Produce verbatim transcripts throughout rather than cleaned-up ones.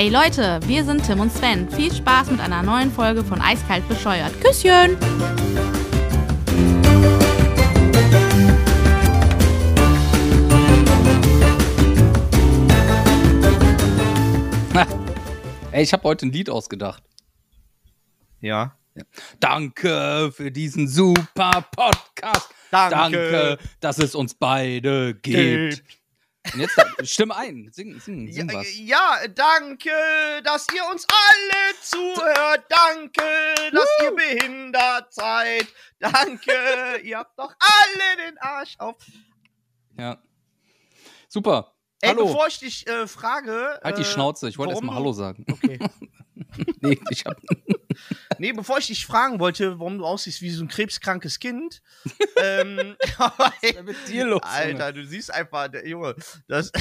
Hey Leute, wir sind Tim und Sven. Viel Spaß mit einer neuen Folge von Eiskalt bescheuert. Küsschen! Ey, ich habe heute ein Lied ausgedacht. Ja. ja. Danke für diesen super Podcast. Danke, Danke dass es uns beide gibt. gibt. Und jetzt stimme ein. Sing, sing, sing ja, was. Ja, danke, dass ihr uns alle zuhört. Danke, dass uh. ihr behindert seid. Danke, ihr habt doch alle den Arsch auf. Ja. Super. Ey, Hallo. Bevor ich dich äh, frage... Halt die Schnauze, ich wollte erst mal Hallo sagen. Okay. nee, ich hab... nee, bevor ich dich fragen wollte, warum du aussiehst wie so ein krebskrankes Kind. ähm, Was ist denn mit dir los? Alter, Junge? Du siehst einfach, der, Junge, das...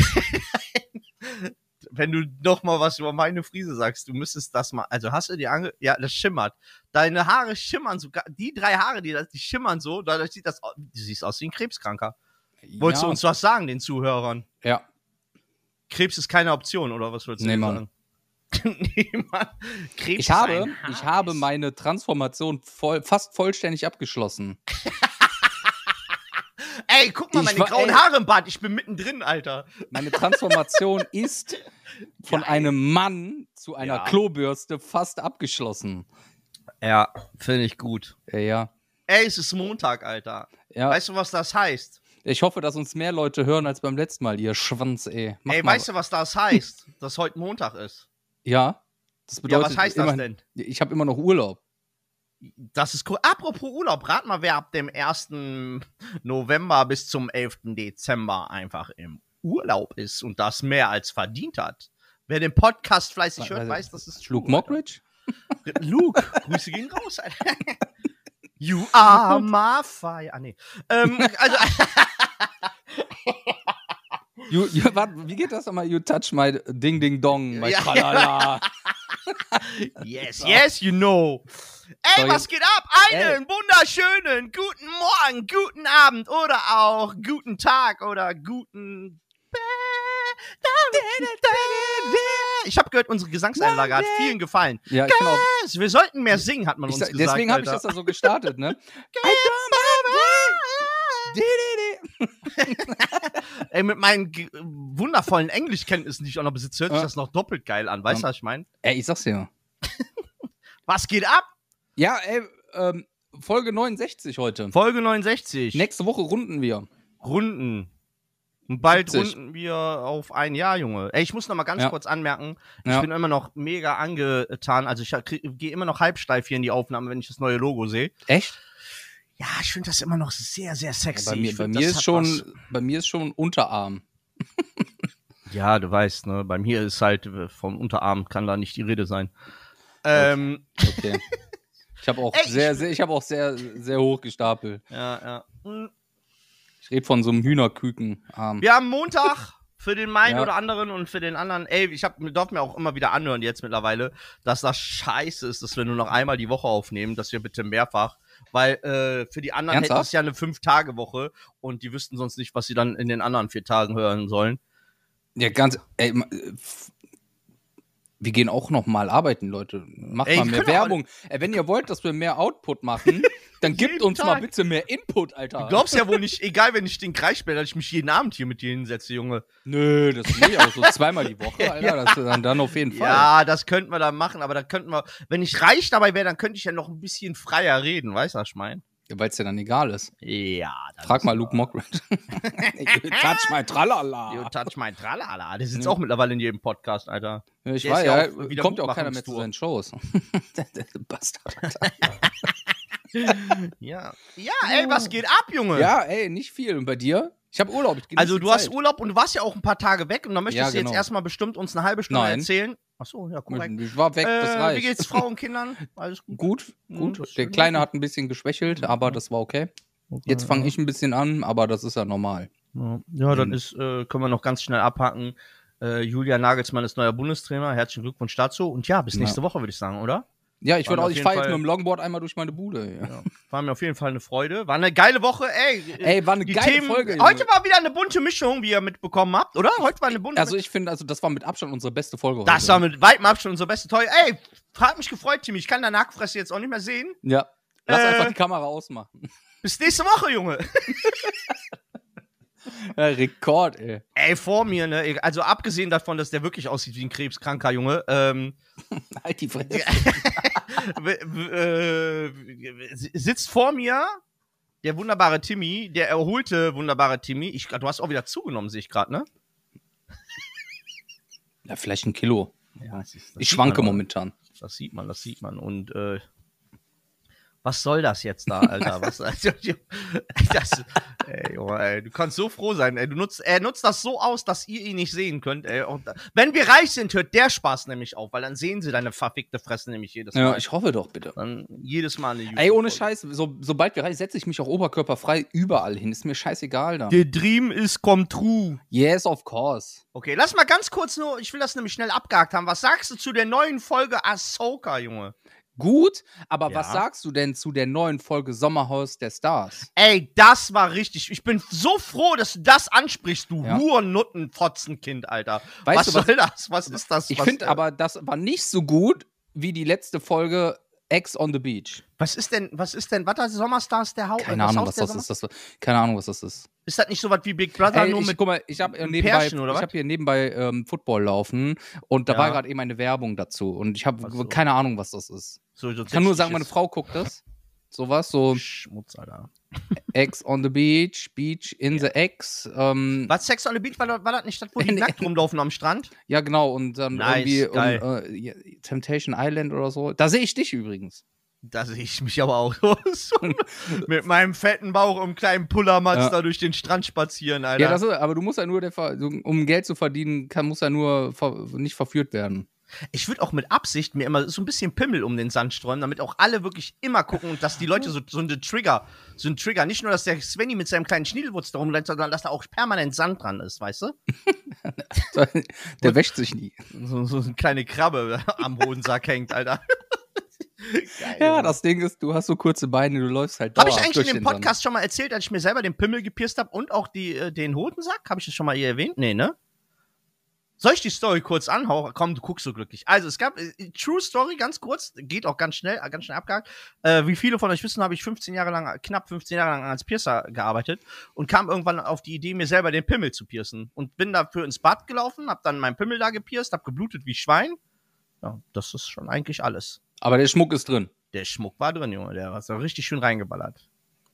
wenn du noch mal was über meine Frise sagst, du müsstest das mal... Also hast du die ange... Ja, das schimmert. Deine Haare schimmern so... Die drei Haare, die, die schimmern so, dadurch sieht das... Du siehst aus wie ein Krebskranker. Wolltest ja. du uns was sagen, den Zuhörern? Ja. Krebs ist keine Option, oder was würdest du nee, sagen? nee, Mann. Krebs ich habe, ich habe meine Transformation voll, fast vollständig abgeschlossen. Ey, guck mal, meine war, grauen ey, Haare im Bart. Ich bin mittendrin, Alter. Meine Transformation ist von ja, einem Mann zu einer ja. Klobürste fast abgeschlossen. Ja, finde ich gut. Ja, ja. Ey, es ist Montag, Alter. Ja. Weißt du, was das heißt? Ich hoffe, dass uns mehr Leute hören als beim letzten Mal, ihr Schwanz, ey. Mach ey, mal. Weißt du, was das heißt? Dass heute Montag ist. Ja. Das bedeutet, ja, was heißt immer, das denn? Ich habe immer noch Urlaub. Das ist cool. Apropos Urlaub, rat mal, wer ab dem ersten November bis zum elften Dezember einfach im Urlaub ist und das mehr als verdient hat. Wer den Podcast fleißig hört, weiß, das ist Luke true, Mockridge? Luke, Grüße gehen raus, Alter. You are my fire. Ah, nee. Ähm, also. you, you, warte, wie geht das nochmal? You touch my ding ding dong, my ja. tralala. yes, yes, you know. Ey, so, was geht ab? Einen ey. wunderschönen guten Morgen, guten Abend oder auch guten Tag oder guten. Ich habe gehört, unsere Gesangseinlage hat vielen gefallen. Ja, ich genau. Wir sollten mehr singen, hat man uns ich, gesagt. Deswegen habe ich das da so gestartet, ne? Ey, mit meinen g- wundervollen Englischkenntnissen, die ich auch noch besitze, hört sich das noch doppelt geil an. Weißt du, was ich meine? Ey, ich sag's dir. Was geht ab? Ja, ey, ähm, Folge neunundsechzig heute. Folge neunundsechzig. Nächste Woche runden wir. Runden. Und bald siebzig. runden wir auf ein Jahr, Junge. Ey, ich muss noch mal ganz ja. kurz anmerken, ich ja. bin immer noch mega angetan. Also ich gehe immer noch halbsteif hier in die Aufnahme, wenn ich das neue Logo sehe. Echt? Ja, ich finde das immer noch sehr, sehr sexy. Ja, bei mir, ich bei, find, mir ist schon, was. bei mir ist schon Unterarm. Ja, du weißt, ne? Bei mir ist halt vom Unterarm kann da nicht die Rede sein. Ähm. Okay. Ich habe auch, Ey, sehr, ich, sehr, ich hab auch sehr, sehr hoch gestapelt. Ja, ja. Hm. Ich rede von so einem Hühnerkükenarm. Wir haben Montag für den meinen ja. oder anderen und für den anderen. Ey, ich hab, darf mir auch immer wieder anhören jetzt mittlerweile, dass das scheiße ist, dass wir nur noch einmal die Woche aufnehmen, dass wir bitte mehrfach. Weil äh, für die anderen Ernsthaft? hätte es ja eine Fünf-Tage-Woche und die wüssten sonst nicht, was sie dann in den anderen vier Tagen hören sollen. Ja, ganz. Ey, wir gehen auch noch mal arbeiten, Leute. Macht ey, mal mehr Werbung. Ey, wenn ihr wollt, dass wir mehr Output machen, dann gebt uns Tag. mal bitte mehr Input, Alter. Du glaubst ja wohl nicht, egal, wenn ich den Kreis spiele, dass ich mich jeden Abend hier mit dir hinsetze, Junge. Nö, das nicht, aber so zweimal die Woche, Alter, ja. das dann, dann auf jeden Fall. Ja, das könnten wir dann machen, aber da könnten wir, wenn ich reich dabei wäre, dann könnte ich ja noch ein bisschen freier reden, weißt du, was ich meine? Ja, weil es dir dann egal ist. Ja. Frag mal Luke Mockridge. You touch my tralala. You touch my tralala. Das ist jetzt ja. auch mittlerweile in jedem Podcast, Alter. Ja, ich weiß, ja, ja kommt ja auch keiner mehr zu seinen Shows. Bastard, Alter. ja. Ja, ey, was geht ab, Junge? Ja, ey, nicht viel. Und bei dir? Ich habe Urlaub. Ich also, du Zeit. hast Urlaub und du warst ja auch ein paar Tage weg und dann möchtest ja, du genau. jetzt erstmal bestimmt uns eine halbe Stunde Nein. erzählen. Achso, ja, korrekt. Ich war weg, das äh, reicht. Wie geht's Frau und Kindern? Alles gut? Gut, gut. Mhm, Der Kleine hat ein bisschen geschwächelt, aber das war okay. okay jetzt fange ja. ich ein bisschen an, aber das ist ja normal. Ja, ja dann ist, äh, können wir noch ganz schnell abhaken. Äh, Julian Nagelsmann ist neuer Bundestrainer. Herzlichen Glückwunsch dazu. Und ja, bis nächste ja. Woche, würde ich sagen, oder? Ja, ich, War ich fahre jetzt mit dem Longboard einmal durch meine Bude. Ja. Ja. War mir auf jeden Fall eine Freude. War eine geile Woche, ey. Ey, war eine die geile Themen, Folge. Junge. Heute war wieder eine bunte Mischung, wie ihr mitbekommen habt, oder? Heute war eine bunte Also ich finde, also das war mit Abstand unsere beste Folge Das heute. war mit weitem Abstand unsere beste Folge. Ey, hat mich gefreut, Timmy. Ich kann deine Hackfresse jetzt auch nicht mehr sehen. Ja, lass Äh, einfach die Kamera ausmachen. Bis nächste Woche, Junge. Ja, Rekord, ey. Ey, vor mir, ne? Also abgesehen davon, dass der wirklich aussieht wie ein krebskranker Junge, ähm, Halt die Fresse. w- w- äh, sitzt vor mir der wunderbare Timmy, der erholte wunderbare Timmy. Ich, du hast auch wieder zugenommen, sehe ich gerade, ne? Ja, vielleicht ein Kilo. Ja, das ist, das Ich sieht schwanke man, momentan. Das sieht man, das sieht man. Und äh, was soll das jetzt da, Alter? Was, also, das, ey, Junge, ey, du kannst so froh sein. Ey, du nutzt, er nutzt das so aus, dass ihr ihn nicht sehen könnt. Ey. Und, wenn wir reich sind, hört der Spaß nämlich auf, weil dann sehen sie deine verfickte Fresse nämlich jedes Mal. Ja, ich hoffe doch, bitte. Dann jedes Mal eine Ey, ohne Scheiß, so, sobald wir reich setze ich mich auch oberkörperfrei überall hin. Ist mir scheißegal dann. Der Dream is come true. Yes, of course. Okay, lass mal ganz kurz nur, ich will das nämlich schnell abgehakt haben. Was sagst du zu der neuen Folge Ahsoka, Junge? Gut, aber Ja. was sagst du denn zu der neuen Folge Sommerhaus der Stars? Ey, das war richtig. Ich bin so froh, dass du das ansprichst, du Ja. Hurennutten-Fotzenkind, Alter. Weißt was du, was- soll das? Was ist das? Ich was, finde aber, das war nicht so gut wie die letzte Folge Ex on the Beach. Was ist denn, was ist denn, was hat Sommerstars der Haupt? Keine Ahnung, was das ist. Das, keine Ahnung, was das ist. Ist das nicht so was wie Big Brother, Ey, nur ich, mit guck mal, ich habe mit nebenbei, Pärchen, oder ich was? hab hier nebenbei ähm, Football laufen und da Ja. war gerade eben eine Werbung dazu und ich habe Ach so. keine Ahnung, was das ist. so, so Ich kann nur sagen, meine Frau guckt das. Sowas, so Schmutz, Alter. Ex on the Beach, Beach in the Ex. Ähm, Was, Sex on the Beach, war, das- war das nicht das, wo die Nee. nackt rumlaufen am Strand? ja, genau. Und dann Nice, irgendwie geil. um, äh, ja, Temptation Island oder so. Da sehe ich dich übrigens. Da sehe ich mich aber auch so mit meinem fetten Bauch und kleinen Pullermatz Ja. da durch den Strand spazieren, Alter. Ja, das ist, aber du musst ja nur, der, Ver- so, um Geld zu verdienen, kann, muss ja nur ver, nicht verführt werden. Ich würde auch mit Absicht mir immer so ein bisschen Pimmel um den Sand streuen, damit auch alle wirklich immer gucken und dass die Leute so, so eine Trigger, so ein Trigger, nicht nur, dass der Svenny mit seinem kleinen Schniedelwurz da rumrennt, sondern dass da auch permanent Sand dran ist, weißt du? Der wäscht sich nie. So, so eine kleine Krabbe am Hodensack hängt, Alter. Geil, Ja, Junge. das Ding ist, du hast so kurze Beine, du läufst halt Habe ich dauerhaft eigentlich durch in dem den Sand. Podcast schon mal erzählt, als ich mir selber den Pimmel gepierst habe und auch die, äh, den Hodensack? Habe ich das schon mal hier erwähnt? Nee, ne? Soll ich die Story kurz anhauen? Komm, du guckst so glücklich. Also, es gab, äh, True Story, ganz kurz, geht auch ganz schnell, äh, ganz schnell abgehakt. Äh, wie viele von euch wissen, habe ich fünfzehn Jahre lang, knapp fünfzehn Jahre lang als Piercer gearbeitet und kam irgendwann auf die Idee, mir selber den Pimmel zu piercen. Und bin dafür ins Bad gelaufen, hab dann meinen Pimmel da gepierst, hab geblutet wie Schwein. Ja, das ist schon eigentlich alles. Aber der Schmuck ist drin. Der Schmuck war drin, Junge. Der hat so richtig schön reingeballert.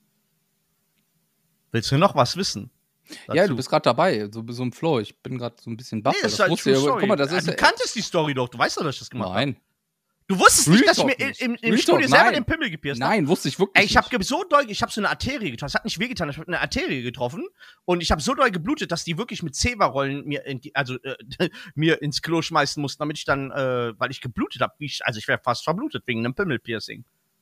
Willst du noch was wissen? Ja, dazu? du bist gerade dabei, so, so im Flow. Ich bin gerade so ein bisschen baff. Nee, das ist halt wusste True ich, aber Story. guck mal, das Ah, ist du ja- kanntest die Story doch. Du weißt doch, dass ich das gemacht habe. Nein. Du wusstest Real nicht, dass ich Talk mir nicht. im, im Real Studio Talk, selber nein. den Pimmel gepierst habe. Nein, wusste ich wirklich Ey, ich habe nicht. so doll, ich habe so eine Arterie getroffen. Es hat nicht wehgetan, ich habe eine Arterie getroffen und ich habe so doll geblutet, dass die wirklich mit Zewa-Rollen mir, in die, also äh, mir ins Klo schmeißen mussten, damit ich dann, äh, weil ich geblutet habe, also ich wäre fast verblutet wegen einem Pimmelpiercing.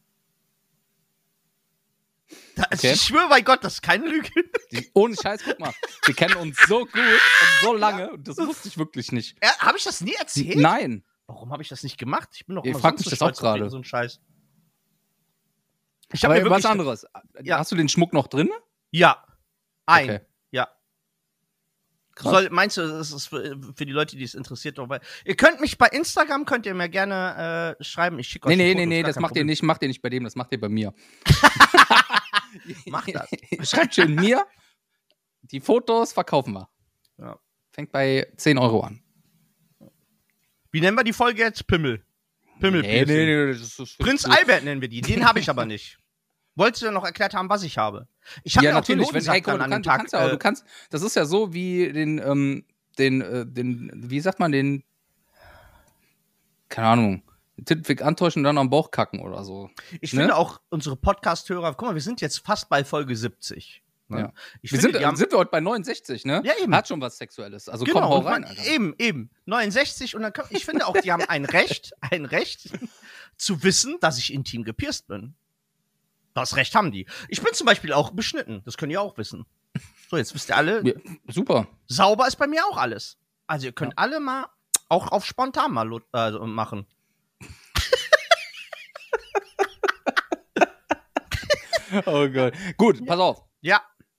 Da, Okay. Ich schwöre bei Gott, das ist keine Lüge. Die- Ohne Scheiß, guck mal. Wir kennen uns so gut und so lange und das wusste ich wirklich nicht. Ja, habe ich das nie erzählt? Nein. Warum habe ich das nicht gemacht? Ich bin doch Ich immer frag sonst mich das so auch stolz auf gerade. irgend so einen Scheiß. Ich hab Aber mir was wirklich- anderes. Ja. Hast du den Schmuck noch drin? Ja. Ein. Okay. Ja. Krass. Soll, meinst du, das ist für, für die Leute, die es interessiert, doch, weil ihr könnt mich bei Instagram, könnt ihr mir gerne äh, schreiben. Ich schicke euch Nee, ein nee, Foto, nee, ist nee, gar das kein macht ihr Problem. nicht, macht ihr nicht bei dem, das macht ihr bei mir. Mach das. Schreibt schön mir. Die Fotos verkaufen wir. Ja. Fängt bei zehn Euro an. Wie nennen wir die Folge jetzt? Pimmel. Pimmel. Nee, nee, nee, das ist Prinz Albert nennen wir die. Den habe ich aber nicht. Wolltest du ja noch erklärt haben, was ich habe? Ich habe Ja, ja auch den natürlich. Wenn, Hodensack ey, guck mal, dann du, an dem kannst, du Tag. kannst ja auch, äh, du kannst, das ist ja so wie den, ähm, den, äh, den, wie sagt man, den, keine Ahnung, den Tittenfick antäuschen und dann am Bauch kacken oder so. ich ne? finde auch unsere Podcast-Hörer, guck mal, wir sind jetzt fast bei Folge siebzig. Ne? Ja. Ich Wir finde, sind, die haben, sind wir heute bei neunundsechzig, ne? Ja, eben. Hat schon was Sexuelles. Also genau, komm, hau und rein, man, Alter. eben, eben. neunundsechzig und dann kann, ich finde auch, die haben ein Recht, ein Recht zu wissen, dass ich intim gepierst bin. Das Recht haben die. Ich bin zum Beispiel auch beschnitten. Das könnt ihr auch wissen. So, jetzt wisst ihr alle, Ja, super. sauber ist bei mir auch alles. Also ihr könnt alle mal auch auf spontan mal lo- also machen. Oh Gott. Gut, ja. Pass auf. Ja.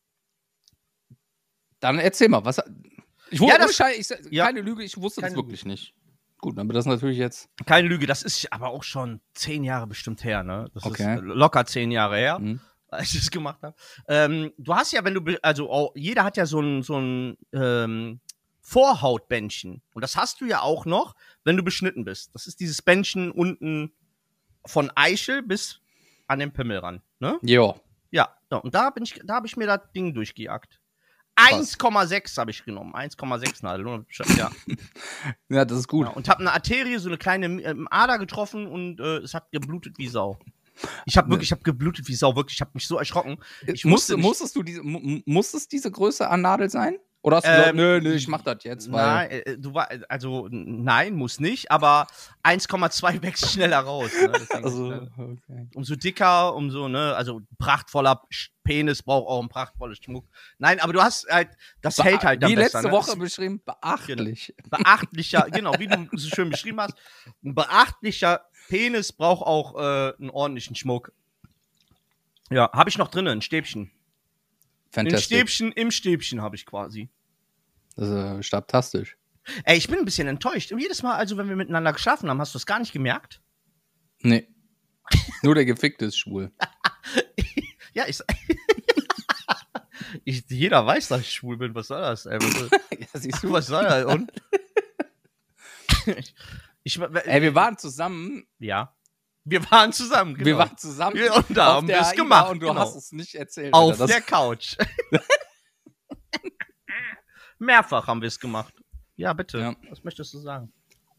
Dann erzähl mal, was. Ich wusste, ja, das, ich, ich, ja. Keine Lüge, ich wusste keine das wirklich Lüge. nicht. Gut, aber das natürlich jetzt. Keine Lüge, das ist aber auch schon zehn Jahre bestimmt her, ne? Das okay. ist locker zehn Jahre her, mhm. als ich das gemacht habe. Ähm, du hast ja, wenn du, also oh, jeder hat ja so ein, so ein ähm, Vorhautbändchen. Und das hast du ja auch noch, wenn du beschnitten bist. Das ist dieses Bändchen unten von Eichel bis an den Pimmel ran, ne? Jo. Ja, und da bin ich, da habe ich mir das Ding durchgejagt. eins Komma sechs habe ich genommen. eins Komma sechs Nadel. Ja. Ja, das ist gut. Ja, und habe eine Arterie, so eine kleine ähm, Ader getroffen und äh, es hat geblutet wie Sau. Ich habe wirklich, ich habe geblutet wie Sau, wirklich. Ich habe mich so erschrocken. Ich Musste, musstest du diese, muss es diese Größe an Nadel sein? Oder hast du gesagt, ähm, nö, nö, ich mach das jetzt? Weil nein, äh, du war, also nein, muss nicht, aber eins Komma zwei wächst schneller raus. Ne? Also, ist, ne? okay. Umso dicker, umso, ne, also prachtvoller Penis braucht auch einen prachtvollen Schmuck. Nein, aber du hast halt, das Be- hält halt dann wie besser. Wie letzte ne? Woche beschrieben, beachtlich. Genau. Beachtlicher, genau, wie du so schön beschrieben hast. Ein beachtlicher Penis braucht auch äh, einen ordentlichen Schmuck. Ja, habe ich noch drin, ein Stäbchen. Ein Stäbchen im Stäbchen habe ich quasi. Das ist äh, stabtastisch. Ey, ich bin ein bisschen enttäuscht. Und jedes Mal, also wenn wir miteinander geschlafen haben, hast du das gar nicht gemerkt? Nee. Nur der Gefickte ist schwul. Ja, ich, ich. Jeder weiß, dass ich schwul bin. Was soll das, ey? Was, ja, siehst du, was soll das? Und? ich, ich, ey, wir waren zusammen. Ja. Wir waren zusammen, genau. Wir waren zusammen. Wir, und da haben wir es gemacht. Und du genau. hast es nicht erzählt. Auf der Couch. Mehrfach haben wir es gemacht. Ja, bitte. Ja. Was möchtest du sagen?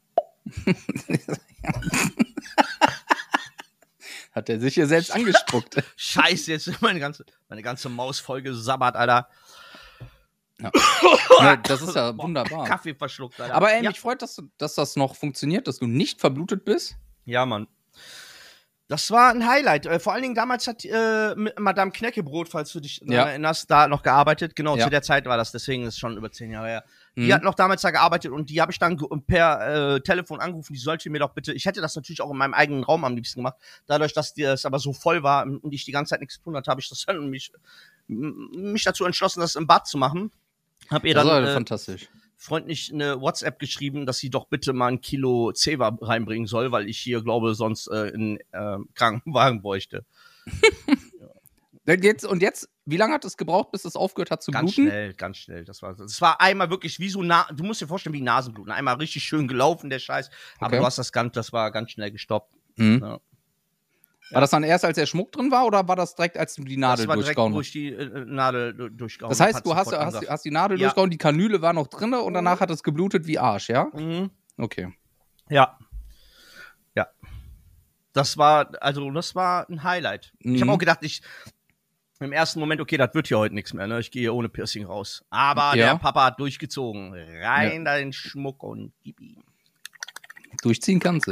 Hat er sich hier selbst angespuckt. Scheiße, jetzt ist meine ganze, meine ganze Maus voll gesabbert, Alter. Ja. Ja, das ist ja wunderbar. Kaffee verschluckt, Alter. Aber ey, ja. mich freut, dass, du, dass das noch funktioniert, dass du nicht verblutet bist. Ja, Mann. Das war ein Highlight. Äh, vor allen Dingen damals hat äh, Madame Knäckebrot, falls du dich ja. erinnerst, da noch gearbeitet. Genau, ja. zu der Zeit war das, deswegen ist es schon über zehn Jahre her. Mhm. Die hat noch damals da gearbeitet und die habe ich dann per äh, Telefon angerufen, die sollte mir doch bitte, ich hätte das natürlich auch in meinem eigenen Raum am liebsten gemacht, dadurch, dass das aber so voll war und ich die ganze Zeit nichts zu tun hatte, habe ich das dann mich, mich dazu entschlossen, das im Bad zu machen. Hab ihr dann, das war äh, fantastisch. freundlich eine WhatsApp geschrieben, dass sie doch bitte mal ein Kilo Zewa reinbringen soll, weil ich hier, glaube, sonst äh, einen äh, Krankenwagen bräuchte. Ja. Jetzt, und jetzt, wie lange hat es gebraucht, bis es aufgehört hat zu ganz bluten? Ganz schnell, ganz schnell. Das war, das war einmal wirklich wie so, Na- du musst dir vorstellen, wie Nasenbluten. Einmal richtig schön gelaufen, der Scheiß. Aber okay. du hast das ganz, das war ganz schnell gestoppt. Mhm. Ja. War das dann erst, als der Schmuck drin war, oder war das direkt, als du die Nadel das war durchgehauen direkt, wo ich die äh, Nadel durchgehauen. Das heißt, du hast, hast, hast die Nadel ja. durchgehauen, die Kanüle war noch drin und danach hat es geblutet wie Arsch, ja? Mhm. Okay. Ja. Ja. Das war, also, das war ein Highlight. Mhm. Ich habe auch gedacht, ich, im ersten Moment, okay, das wird hier heute nichts mehr, ne? Ich gehe hier ohne Piercing raus. Aber ja. der Papa hat durchgezogen. Rein ja. dein Schmuck und gib ihm. Durchziehen kannst du.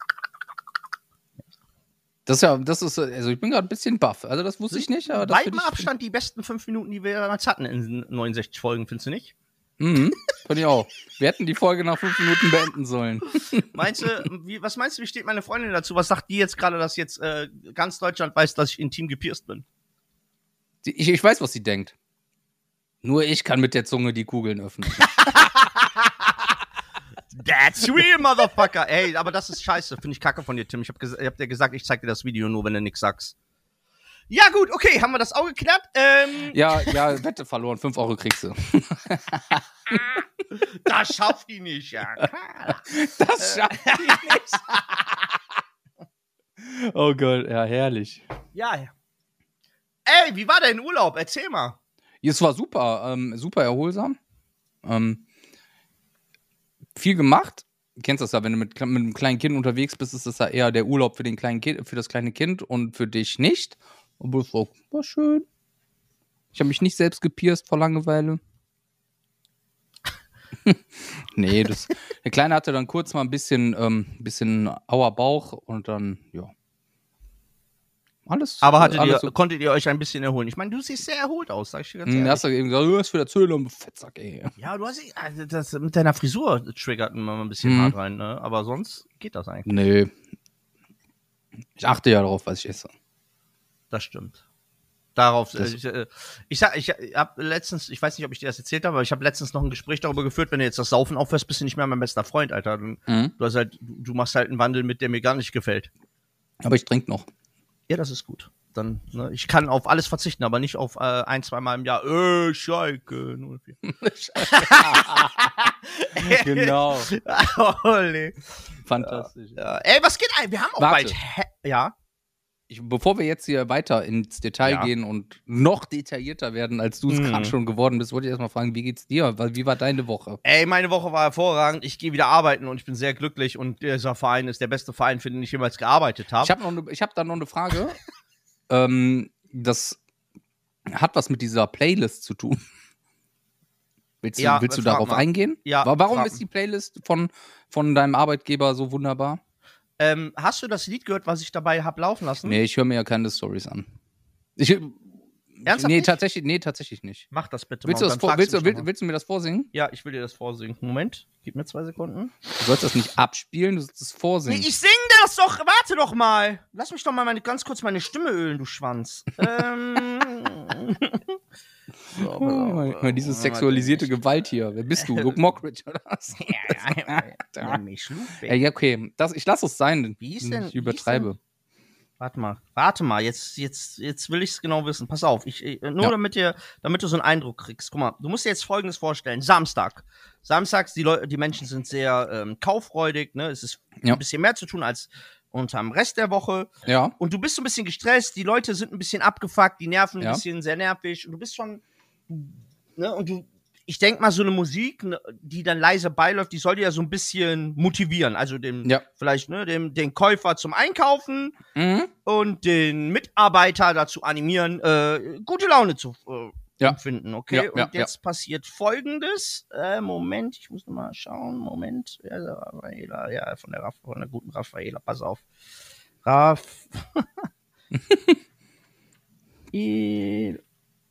Das ist ja, das ist, also ich bin gerade ein bisschen baff. Also das wusste ich nicht. Aber weit im Abstand die besten fünf Minuten, die wir damals hatten in neunundsechzig Folgen, findest du nicht? Mhm, finde ich auch. Wir hätten die Folge nach fünf Minuten beenden sollen. Meinst du, wie, was meinst du, wie steht meine Freundin dazu? Was sagt die jetzt gerade, dass jetzt äh, ganz Deutschland weiß, dass ich intim gepierst bin? Ich, ich weiß, was sie denkt. Nur ich kann mit der Zunge die Kugeln öffnen. That's real, Motherfucker. Ey, aber das ist scheiße. Finde ich kacke von dir, Tim. Ich hab, ges- ich hab dir gesagt, ich zeig dir das Video nur, wenn du nichts sagst. Ja, gut, okay, haben wir das auch geklärt? Ähm, ja, ja, Wette verloren. fünf Euro kriegst du. Das schafft die nicht, ja. Das schafft die nicht. Oh Gott, ja, herrlich. Ja, ja. Ey, wie war dein Urlaub? Erzähl mal. Es war super, ähm, super erholsam. Ähm, viel gemacht. Du kennst das ja, wenn du mit, mit einem kleinen Kind unterwegs bist, ist das ja eher der Urlaub für, den kleinen kind, für das kleine Kind und für dich nicht. Obwohl es war, war schön. Ich habe mich nicht selbst gepierst vor Langeweile. Nee, das, der Kleine hatte dann kurz mal ein bisschen, ähm, bisschen auer Bauch und dann, ja. Alles. Aber hattet alles ihr, so. konntet ihr euch ein bisschen erholen? Ich meine, du siehst sehr erholt aus, sag ich dir ganz Hm, ehrlich. hast du eben gesagt, du hast für der Zölle und Fettsack, ey. Ja, du hast also das mit deiner Frisur triggert mir mal ein bisschen Mhm. hart rein, ne? Aber sonst geht das eigentlich. Nee. Ich achte ja darauf, was ich esse. Das stimmt. Darauf, äh, Das- ich, äh, ich, sag- ich habe letztens, ich weiß nicht, ob ich dir das erzählt habe, aber ich habe letztens noch ein Gespräch darüber geführt, wenn du jetzt das Saufen aufhörst, bist du nicht mehr mein bester Freund, Alter. Du, Mhm. du hast halt, du, du machst halt einen Wandel mit, der mir gar nicht gefällt. Aber ich trinke noch. Ja, das ist gut. Dann, ne, ich kann auf alles verzichten, aber nicht auf äh, ein, zwei Mal im Jahr. Äh, Schalke null vier. Genau. Olé. Fantastisch. Ja. Ey, was geht ein? Wir haben auch Warte. bald. Hä? Ja. Ich, bevor wir jetzt hier weiter ins Detail Ja. gehen und noch detaillierter werden, als du es Mhm. gerade schon geworden bist, wollte ich erstmal fragen, wie geht's dir? Weil- Wie war deine Woche? Ey, meine Woche war hervorragend. Ich gehe wieder arbeiten und ich bin sehr glücklich. Und dieser Verein ist der beste Verein, für den ich jemals gearbeitet habe. Ich habe ne, hab da noch eine Frage. ähm, das hat was mit dieser Playlist zu tun. Willst du, Ja, willst du frag darauf mal. eingehen? Ja, Wa- Warum frag- ist die Playlist von, von deinem Arbeitgeber so wunderbar? Ähm, hast du das Lied gehört, was ich dabei hab laufen lassen? Nee, ich höre mir ja keine Stories an. Ich, Ernsthaft nee, nicht? tatsächlich, nee, tatsächlich nicht. Mach das bitte Willst mal. du, das dann vor, fragst willst, du, mich willst, noch mal. willst du mir das vorsingen? Ja, ich will dir das vorsingen. Moment, gib mir zwei Sekunden. Du sollst das nicht abspielen, du sollst es Nee, vorsingen. ich sing das doch. Warte doch mal. Lass mich doch mal meine, ganz kurz meine Stimme ölen, du Schwanz. ähm. So, Oh, mal, mal diese sexualisierte Gewalt hier. Wer bist du? Luke Mockridge oder was? Ja, ja, ja. Nenn mich Schluchbeck. Ja, ja, okay. Das, ich lasse es sein. Wie ist denn- Ich wie übertreibe. ist Warte mal, warte mal, jetzt, jetzt, jetzt will ich es genau wissen. Pass auf, ich, ich- nur Ja. damit, ihr, damit du so einen Eindruck kriegst. Guck mal, du musst dir jetzt Folgendes vorstellen. Samstag. Samstags, die Leute, die Menschen sind sehr ähm, kauffreudig, ne? Es ist Ja. ein bisschen mehr zu tun als unterm Rest der Woche. Ja. Und du bist so ein bisschen gestresst, die Leute sind ein bisschen abgefuckt, die Nerven ein Ja. bisschen sehr nervig und du bist schon, ne, und du, ich denk mal, so eine Musik, ne, die dann leise beiläuft, die soll dir ja so ein bisschen motivieren. Also dem, Ja. vielleicht, ne, dem, den Käufer zum Einkaufen Mhm. und den Mitarbeiter dazu animieren, äh, gute Laune zu äh, Ja. empfinden, okay? Ja, ja, und jetzt passiert Folgendes. Äh, Moment, ich muss noch mal schauen. Moment. Ja, der Raffaela, ja, von der, Raff, von der guten Raffaela, pass auf. Raff. El-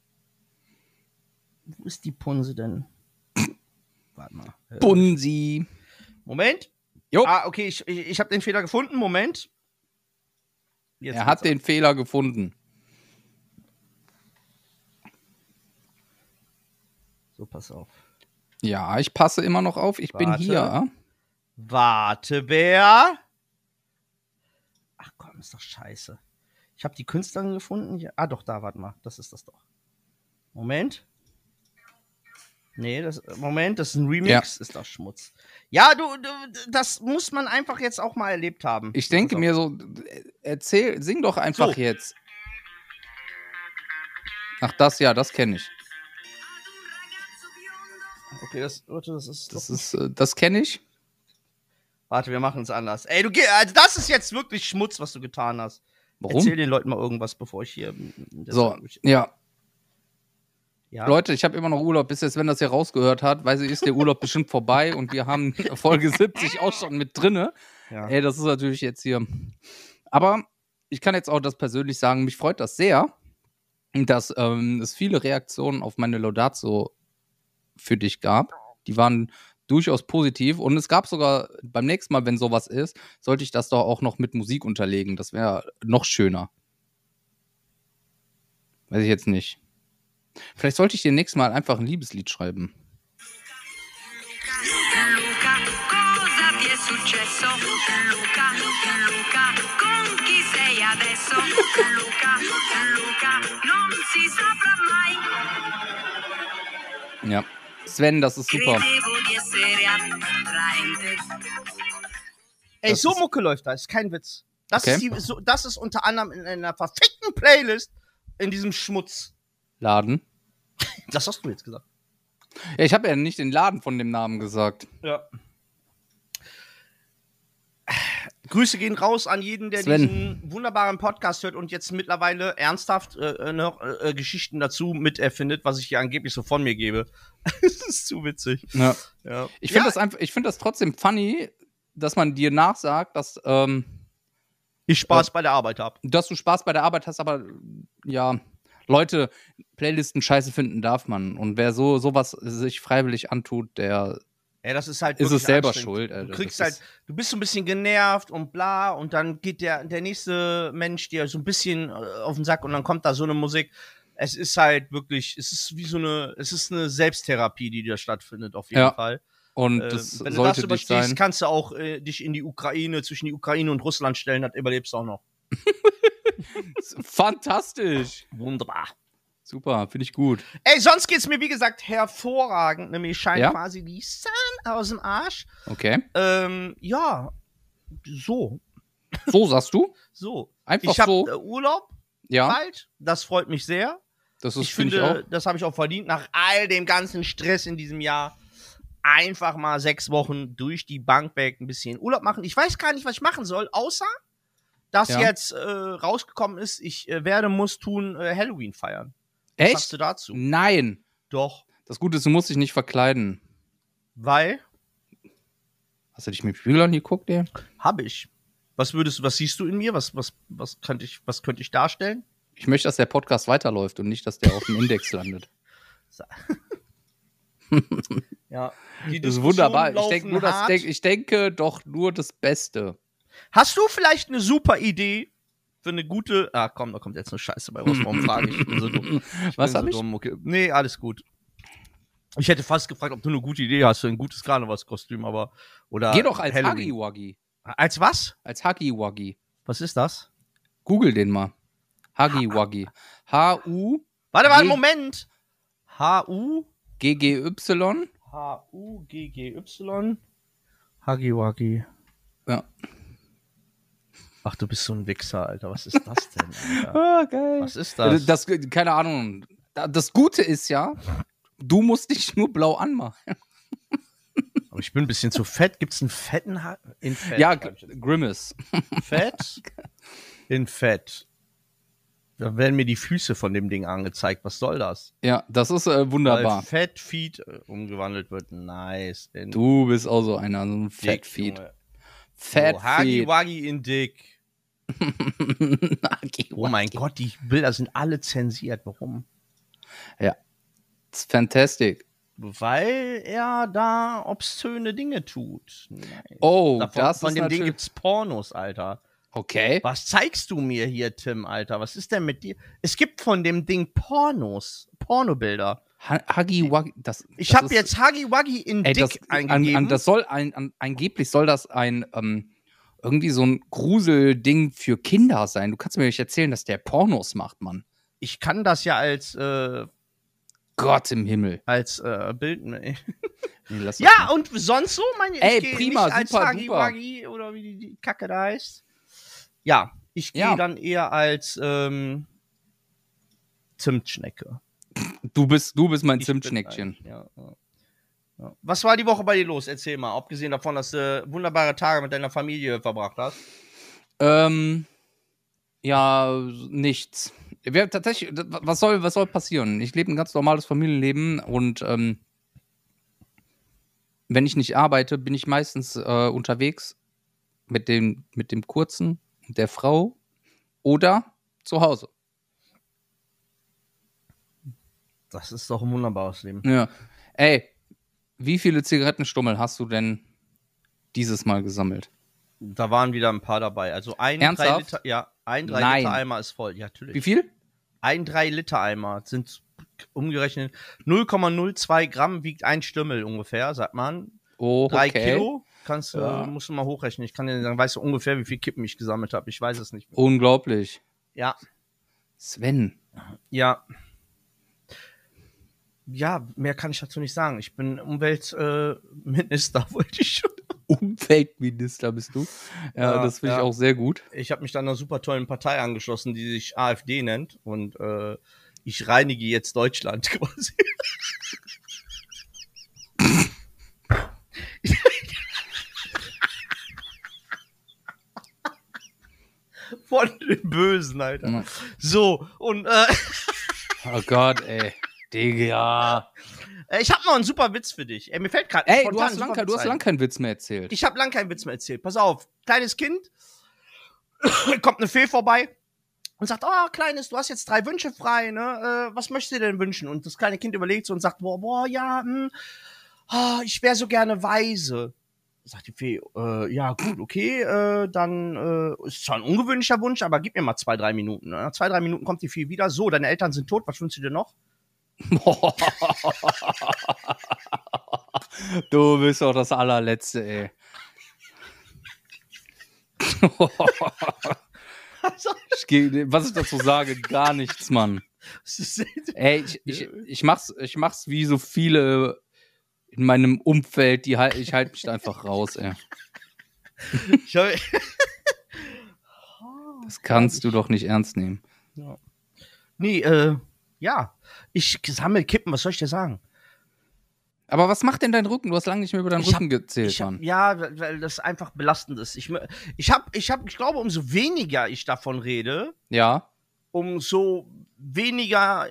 Wo ist die Punse denn? Warte mal. Äh, Bunsi. Moment. Jo. Ah, okay, ich, ich, ich habe den Fehler gefunden. Moment. Jetzt Er hat geht's den Fehler gefunden. So, pass auf. Ja, ich passe immer noch auf. Ich bin Warte. hier. Warte, wer? Ach komm, ist doch scheiße. Ich habe die Künstlerin gefunden. Ja, ah, doch, da, warte mal. Das ist das doch. Moment. Nee, das, Moment, das ist ein Remix. Ist doch Schmutz. Ja, du, du, das muss man einfach jetzt auch mal erlebt haben. Ich denke Pass mir so, erzähl, sing doch einfach So. jetzt. Ach, das ja, das kenne ich. auf. Okay, das, warte, das ist. Das doch- ist, äh, das kenne ich. Warte, wir machen es anders. Ey, du geh, also das ist jetzt wirklich Schmutz, was du getan hast. Warum? Erzähl den Leuten mal irgendwas, bevor ich hier. das- So, ja. ja. Leute, ich habe immer noch Urlaub. Bis jetzt, wenn das hier rausgehört hat, weiß ich, ist der Urlaub bestimmt vorbei und wir haben Folge siebzig auch schon mit drinne. Ja. Ey, das ist natürlich jetzt hier. Aber ich kann jetzt auch das persönlich sagen, mich freut das sehr, dass ähm, es viele Reaktionen auf meine Laudatio für dich gab. Die waren durchaus positiv und es gab sogar beim nächsten Mal, wenn sowas ist, sollte ich das doch auch noch mit Musik unterlegen. Das wäre noch schöner. Weiß ich jetzt nicht. Vielleicht sollte ich dir nächstes Mal einfach ein Liebeslied schreiben. Luca, cosa ti è successo? Luca, Luca, con chi sei adesso? Luca, Luca, non si saprà mai. Ja. Sven, das ist super. Credevo di essere attraente. Ey, Das so ist- Mucke läuft da, ist kein Witz. Das, Okay. ist die, so, das ist unter anderem in einer verfickten Playlist in diesem Schmutz. Laden. Das hast du jetzt gesagt. Ja, ich habe ja nicht den Laden von dem Namen gesagt. Ja. Grüße gehen raus an jeden, der Sven. diesen wunderbaren Podcast hört und jetzt mittlerweile ernsthaft äh, noch äh, Geschichten dazu miterfindet, was ich hier angeblich so von mir gebe. Das ist zu witzig. Ja. Ja. Ich finde Ja, das einfach, ich finde das trotzdem funny, dass man dir nachsagt, dass, ähm, ich Spaß bei der Arbeit habe. dass du Spaß bei der Arbeit hast, aber ja, Leute, Playlisten scheiße finden darf man. Und wer so sowas sich freiwillig antut, der Ja, das ist halt ist wirklich es selber anstrengend. schuld, Alter. Du kriegst Das halt, ist- du bist so ein bisschen genervt und bla und dann geht der, der nächste Mensch dir so ein bisschen äh, auf den Sack und dann kommt da so eine Musik. es ist halt wirklich, es ist wie so eine, es ist eine Selbsttherapie, die da stattfindet, auf jeden Ja. Fall. Und Äh, das wenn du das sollte dich überstehst, sein. kannst du auch äh, dich in die Ukraine, zwischen die Ukraine und Russland stellen, das überlebst du auch noch. Fantastisch. Wunderbar. Super, finde ich gut. Ey, sonst geht's mir, wie gesagt, hervorragend. Nämlich scheint Ja? quasi die Sonne aus dem Arsch. Okay. Ähm, ja, so, So sagst du? so. Einfach Ich habe so. äh, Urlaub Ja, bald. Das freut mich sehr. das ist, Ich finde finde, ich auch. das habe ich auch verdient, nach all dem ganzen Stress in diesem Jahr einfach mal sechs Wochen durch die Bank weg ein bisschen Urlaub machen. Ich weiß gar nicht, was ich machen soll, außer, dass Ja. jetzt äh, rausgekommen ist, ich äh, werde, muss tun, äh, Halloween feiern. Was sagst Echt? du dazu? Nein. Doch, Das Gute ist, du musst dich nicht verkleiden. weil, Hast du dich mit dem Spiegel angeguckt, ey? habe ich. Was würdest du, was siehst du in mir? Was, was, was könnte ich, was könnte ich darstellen? Ich möchte, dass der Podcast weiterläuft und nicht, dass der auf dem Index landet. Ja, die Das ist Diskussionen wunderbar. Ich laufen denke, nur das, hart. denk, ich denke doch nur das Beste. Hast du vielleicht eine super Idee für eine gute. Ah, komm, da kommt jetzt eine Scheiße bei raus. Warum frage ich? Ich bin so dumm. Ich Was bin hab so ich? dumm. Okay. Nee, alles gut. Ich hätte fast gefragt, ob du eine gute Idee hast für ein gutes Karnevalskostüm, aber. Oder Geh doch als Halloween. Huggy-Wuggy. Als was? Als Huggy-Wuggy. Was ist das? Google den mal. Huggy-Wuggy. H-U-G-G-Y. Warte mal, einen Moment. H-U. Y. H-U-G-G-Y. Huggy-Wuggy. Ja. Ach, du bist so ein Wichser, Alter. Was ist das denn, Alter? Ah, geil. Was ist das? Das, keine Ahnung. Das Gute ist ja, du musst dich nur blau anmachen. Aber ich bin ein bisschen zu fett. Gibt's einen fetten ha in Fett? Ja, Hab ich jetzt- Grimace. Fett in Fett. Da werden mir die Füße von dem Ding angezeigt. Was soll das? Ja, das ist äh, wunderbar. Weil Fett Feed äh, umgewandelt wird. Nice. In Du bist auch so einer, so ein Dick, Fettfeed. Junge. Fat Oh, Huggy Feed. Wuggy in Dick. Oh mein Gott, die Bilder sind alle zensiert. Warum? Ja. Das ist fantastic. Weil er da obszöne Dinge tut. Nice. Oh, Davon, das von ist dem Ding natürlich... gibt's Pornos, Alter. Okay. Was zeigst du mir hier, Tim, Alter? Was ist denn mit dir? Es gibt von dem Ding Pornos. Pornobilder. Ha- Huggy Wuggy, das, Ich das habe ist- jetzt Huggy Wuggy in ey, Dick das, an, eingegeben. an, das soll ein, an, angeblich soll das ein ähm, irgendwie so ein Gruselding für Kinder sein. Du kannst mir nicht erzählen, dass der Pornos macht, Mann. Ich kann das ja als, äh, Gott im Himmel. als äh, Bild. Nee. Nee, lass das Ja, mal. und sonst so, meine Ey, ich gehe prima, nicht als super, Huggy duper. Wuggy oder wie die, die Kacke da heißt. Ja, ich gehe Ja. dann eher als ähm, Zimtschnecke. Du bist, du bist mein Ich bin Zimtschneckchen. ein- Ja, ja. Ja. Was war die Woche bei dir los? Erzähl mal. Abgesehen davon, dass du wunderbare Tage mit deiner Familie verbracht hast. Ähm, ja, nichts. Wir, tatsächlich, was soll, was soll passieren? Ich lebe ein ganz normales Familienleben und ähm, wenn ich nicht arbeite, bin ich meistens äh, unterwegs mit dem, mit dem Kurzen und der Frau oder zu Hause. Das ist doch ein wunderbares Leben. Ja. Ey, wie viele Zigarettenstummel hast du denn dieses Mal gesammelt? Da waren wieder ein paar dabei. Also ein Ernsthaft? drei Liter, ja, ein drei Nein. Liter Eimer ist voll. Ja, natürlich. Wie viel? Ein drei Liter Eimer sind umgerechnet null Komma null zwei Gramm wiegt ein Stümmel ungefähr, sagt man. Oh, Drei okay. Kilo. Kannst du, Ja. musst du mal hochrechnen. Ich kann dir sagen, weißt du ungefähr, wie viel Kippen ich gesammelt habe. Ich weiß es nicht mehr. Unglaublich. Ja, Sven. ja. Ja, mehr kann ich dazu nicht sagen. Ich bin Umweltminister, äh, Minister, wollte ich schon. Umweltminister bist du. Ja, Ja, das finde ich ja. auch sehr gut. Ich habe mich dann einer super tollen Partei angeschlossen, die sich AfD nennt. Und äh, ich reinige jetzt Deutschland quasi. Von den Bösen, Alter. Ja. So, und äh, Oh Gott, ey. Digga. ich habe noch einen super Witz für dich. Ey, mir fällt gerade Ey, spontan du hast, ein lang, super du Witz hast ein. lang keinen Witz mehr erzählt. Ich habe lang keinen Witz mehr erzählt. Pass auf, kleines Kind, kommt eine Fee vorbei und sagt, oh, Kleines, du hast jetzt drei Wünsche frei, ne? Äh, was möchtest du denn wünschen? Und das kleine Kind überlegt so und sagt, boah, boah, ja, hm, ah, ich wäre so gerne weise. sagt die Fee, äh, ja gut, okay, äh, dann äh, ist zwar ein ungewöhnlicher Wunsch, aber gib mir mal zwei, drei Minuten. Nach zwei, drei Minuten kommt die Fee wieder. So, deine Eltern sind tot, was wünschst du dir noch? Du bist doch das allerletzte, ey. ich geh, was ich dazu sage, gar nichts, Mann. Ey, ich, ich, ich, mach's, ich mach's wie so viele in meinem Umfeld, die halt, ich halte mich da einfach raus, ey. Das kannst du doch nicht ernst nehmen. Ja. Nee, äh, ja. Ich sammle Kippen, was soll ich dir sagen? Aber was macht denn dein Rücken? Du hast lange nicht mehr über deinen Ich Rücken hab, gezählt, ich hab, Mann. Ja, weil das einfach belastend ist. Ich, ich, hab, ich, hab, ich glaube, umso weniger ich davon rede, Ja. umso weniger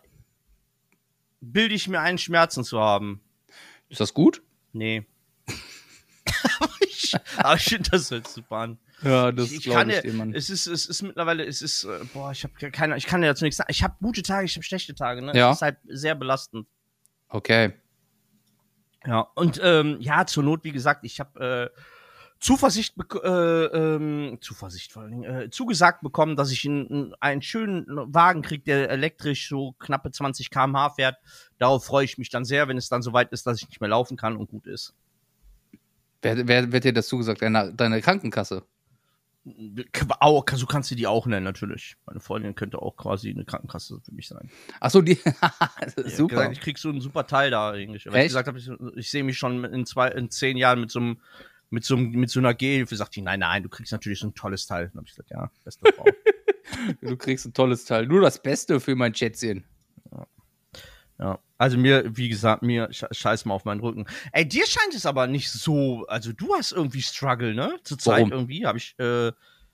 bilde ich mir ein, Schmerzen zu haben. Ist das gut? Nee. aber ich, aber ich finde das halt super an. Ja, das ich, ich glaube kann ich ja, dir, Mann. es ist, es ist mittlerweile, es ist, äh, boah, ich habe keine, ich kann dir dazu nichts sagen. Ich habe gute Tage, ich habe schlechte Tage, ne? Ja. Das ist halt sehr belastend. Okay. Ja, und ähm, ja, zur Not, wie gesagt, ich habe äh, Zuversicht, bek- äh, ähm, Zuversicht vor allen Dingen, äh, zugesagt bekommen, dass ich einen, einen schönen Wagen kriege, der elektrisch so knappe zwanzig Kilometer pro Stunde fährt. Darauf freue ich mich dann sehr, wenn es dann soweit ist, dass ich nicht mehr laufen kann und gut ist. Wer, wer wird dir das zugesagt? Deine, deine Krankenkasse? Auch, so kannst du die auch nennen, natürlich. Meine Freundin könnte auch quasi eine Krankenkasse für mich sein. Achso, die. Ja, Super. gesagt, ich krieg so einen super Teil da eigentlich. Weil ich gesagt habe, ich, ich sehe mich schon in zwei, in zehn Jahren mit so einem, mit so einem, mit so einer Gehhilfe. Sagt die, nein, nein, du kriegst natürlich so ein tolles Teil. Dann habe ich gesagt, ja, beste Frau. Du kriegst ein tolles Teil. Nur das Beste für mein Schätzchen. Ja. Ja, also mir, wie gesagt, mir scheiß mal auf meinen Rücken. Ey, dir scheint es aber nicht so, also du hast irgendwie Struggle, ne? Zur Zeit Warum? irgendwie, habe ich, äh,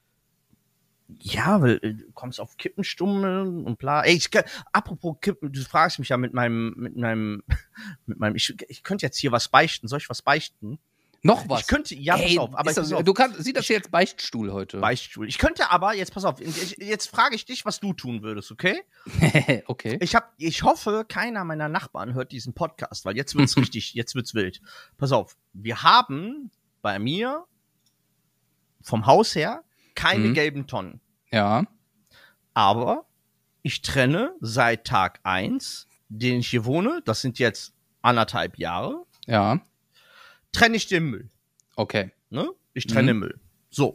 ja, weil äh, du kommst auf Kippenstummeln und bla. Ey, ich, apropos Kippen, du fragst mich ja mit meinem, mit meinem, mit meinem, ich, ich könnte jetzt hier was beichten. Soll ich was beichten? Noch was? Ich könnte, ja, Ey, pass auf, aber ist das, pass auf. du kannst, sieht das hier jetzt Beichtstuhl heute? Beichtstuhl. Ich könnte aber, jetzt pass auf, ich, jetzt frage ich dich, was du tun würdest, okay? Okay. Ich hab, ich hoffe, keiner meiner Nachbarn hört diesen Podcast, weil jetzt wird's richtig, jetzt wird's wild. Pass auf, wir haben bei mir vom Haus her keine Mhm. gelben Tonnen. Ja. Aber ich trenne seit Tag eins, den ich hier wohne, das sind jetzt anderthalb Jahre, Ja. trenne ich den Müll. Okay. Ne? Ich trenne Mhm. Müll. So.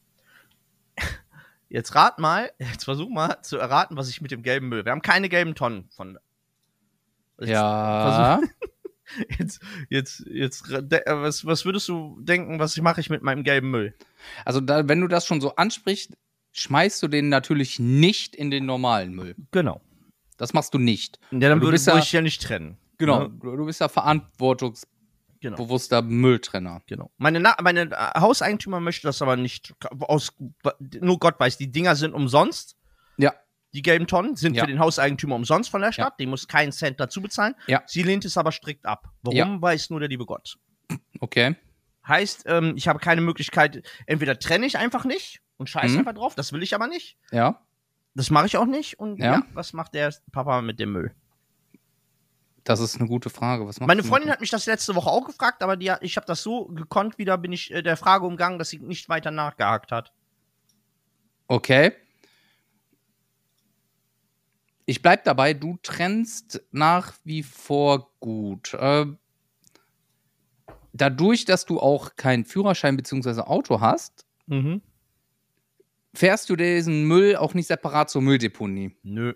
Jetzt rat mal, jetzt versuch mal zu erraten, was ich mit dem gelben Müll. Wir haben keine gelben Tonnen von. Jetzt Ja. Jetzt, jetzt, jetzt, de- was, was würdest du denken, was mache ich mit meinem gelben Müll? Also, da, wenn du das schon so ansprichst, schmeißt du den natürlich nicht in den normalen Müll. Genau. Das machst du nicht. Ja, dann Du würde bist ja- ich ja nicht trennen. Genau. Ne? Du, du bist ja verantwortungsbewusster Genau. Mülltrenner. Genau. Meine, Na meine äh, Hauseigentümer möchte das aber nicht. Aus, nur Gott weiß, die Dinger sind umsonst. Ja. Die gelben Tonnen sind Ja. für den Hauseigentümer umsonst von der Stadt. Die muss keinen Cent dazu bezahlen. Ja. Sie lehnt es aber strikt ab. Warum, Ja. weiß nur der liebe Gott. Okay. Heißt, ähm, ich habe keine Möglichkeit, entweder trenne ich einfach nicht und scheiße Mhm. einfach drauf, das will ich aber nicht. Ja. Das mache ich auch nicht. Und Ja. ja. was macht der Papa mit dem Müll? Das ist eine gute Frage. Was machst Meine du Freundin mit hat mich das letzte Woche auch gefragt, aber die, hat- ich habe das so gekonnt, wieder bin ich äh, der Frage umgangen, dass sie nicht weiter nachgehakt hat. dem? Okay. Ich bleib dabei, du trennst nach wie vor gut. Äh, dadurch, dass du auch keinen Führerschein bzw. Auto hast, Mhm. fährst du diesen Müll auch nicht separat zur Mülldeponie. Nö.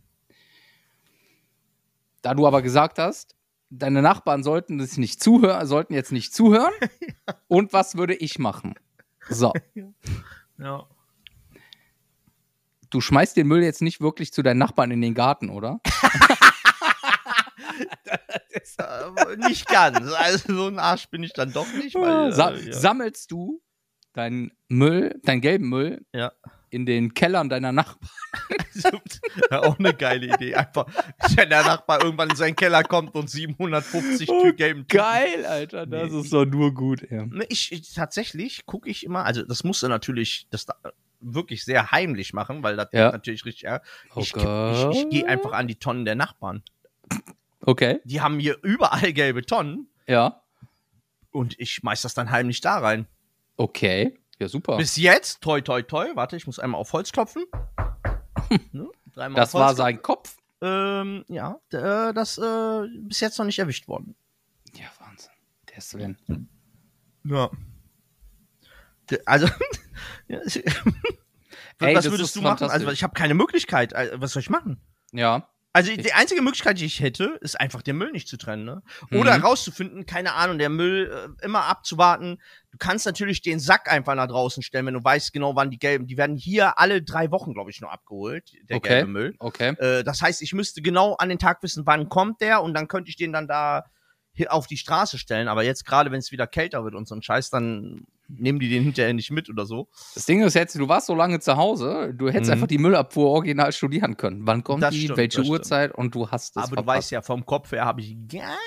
Da du aber gesagt hast, deine Nachbarn sollten das nicht zuhören, sollten jetzt nicht zuhören. Und was würde ich machen? So, Ja. du schmeißt den Müll jetzt nicht wirklich zu deinen Nachbarn in den Garten, oder? Äh, nicht ganz. Also so ein Arsch bin ich dann doch nicht. Weil, Sa äh, ja. Sammelst du deinen Müll, deinen gelben Müll Ja. in den Kellern deiner Nachbarn? Ja, auch eine geile Idee. Einfach, wenn der Nachbar irgendwann in seinen Keller kommt und siebenhundertfünfzig Tür gelben Tüten. Geil, Alter, das Nee. ist doch nur gut. Ja. Ne, Ich, ich tatsächlich gucke ich immer, also das musst du natürlich das da wirklich sehr heimlich machen, weil das Ja. natürlich richtig. Ja, Oh ich ich, ich, ich gehe einfach an die Tonnen der Nachbarn. Okay, Die haben hier überall gelbe Tonnen. ja. Und ich schmeiß das dann heimlich da rein. Okay, ja super. Bis jetzt, toi, toi, toi, warte, ich muss einmal auf Holz klopfen. ne? Dreimal Das auf Holz war sein Kopf. Ähm, ja, d- äh, das äh, bis jetzt noch nicht erwischt worden. Ja, Wahnsinn. Der Sven. Ja. D- Also, ja, ich- Ey, was das würdest ist du machen? fantastisch. Also, ich habe keine Möglichkeit. Also, was soll ich machen? Ja. Also, die einzige Möglichkeit, die ich hätte, ist einfach den Müll nicht zu trennen, ne? Oder Mhm. rauszufinden, keine Ahnung, der Müll äh, immer abzuwarten. Du kannst natürlich den Sack einfach nach draußen stellen, wenn du weißt genau, wann die gelben, die werden hier alle drei Wochen, glaube ich, nur abgeholt, der Okay. gelbe Müll. Okay. Äh, das heißt, ich müsste genau an den Tag wissen, wann kommt der und dann könnte ich den dann da hier auf die Straße stellen. Aber jetzt gerade, wenn es wieder kälter wird und so ein Scheiß, dann nehmen die den hinterher nicht mit oder so. Das Ding ist jetzt, du warst so lange zu Hause, du hättest Mhm. einfach die Müllabfuhr original studieren können. Wann kommt Das die, stimmt, welche das stimmt. Uhrzeit und du hast es Aber du verpasst. weißt ja, vom Kopf her habe ich gar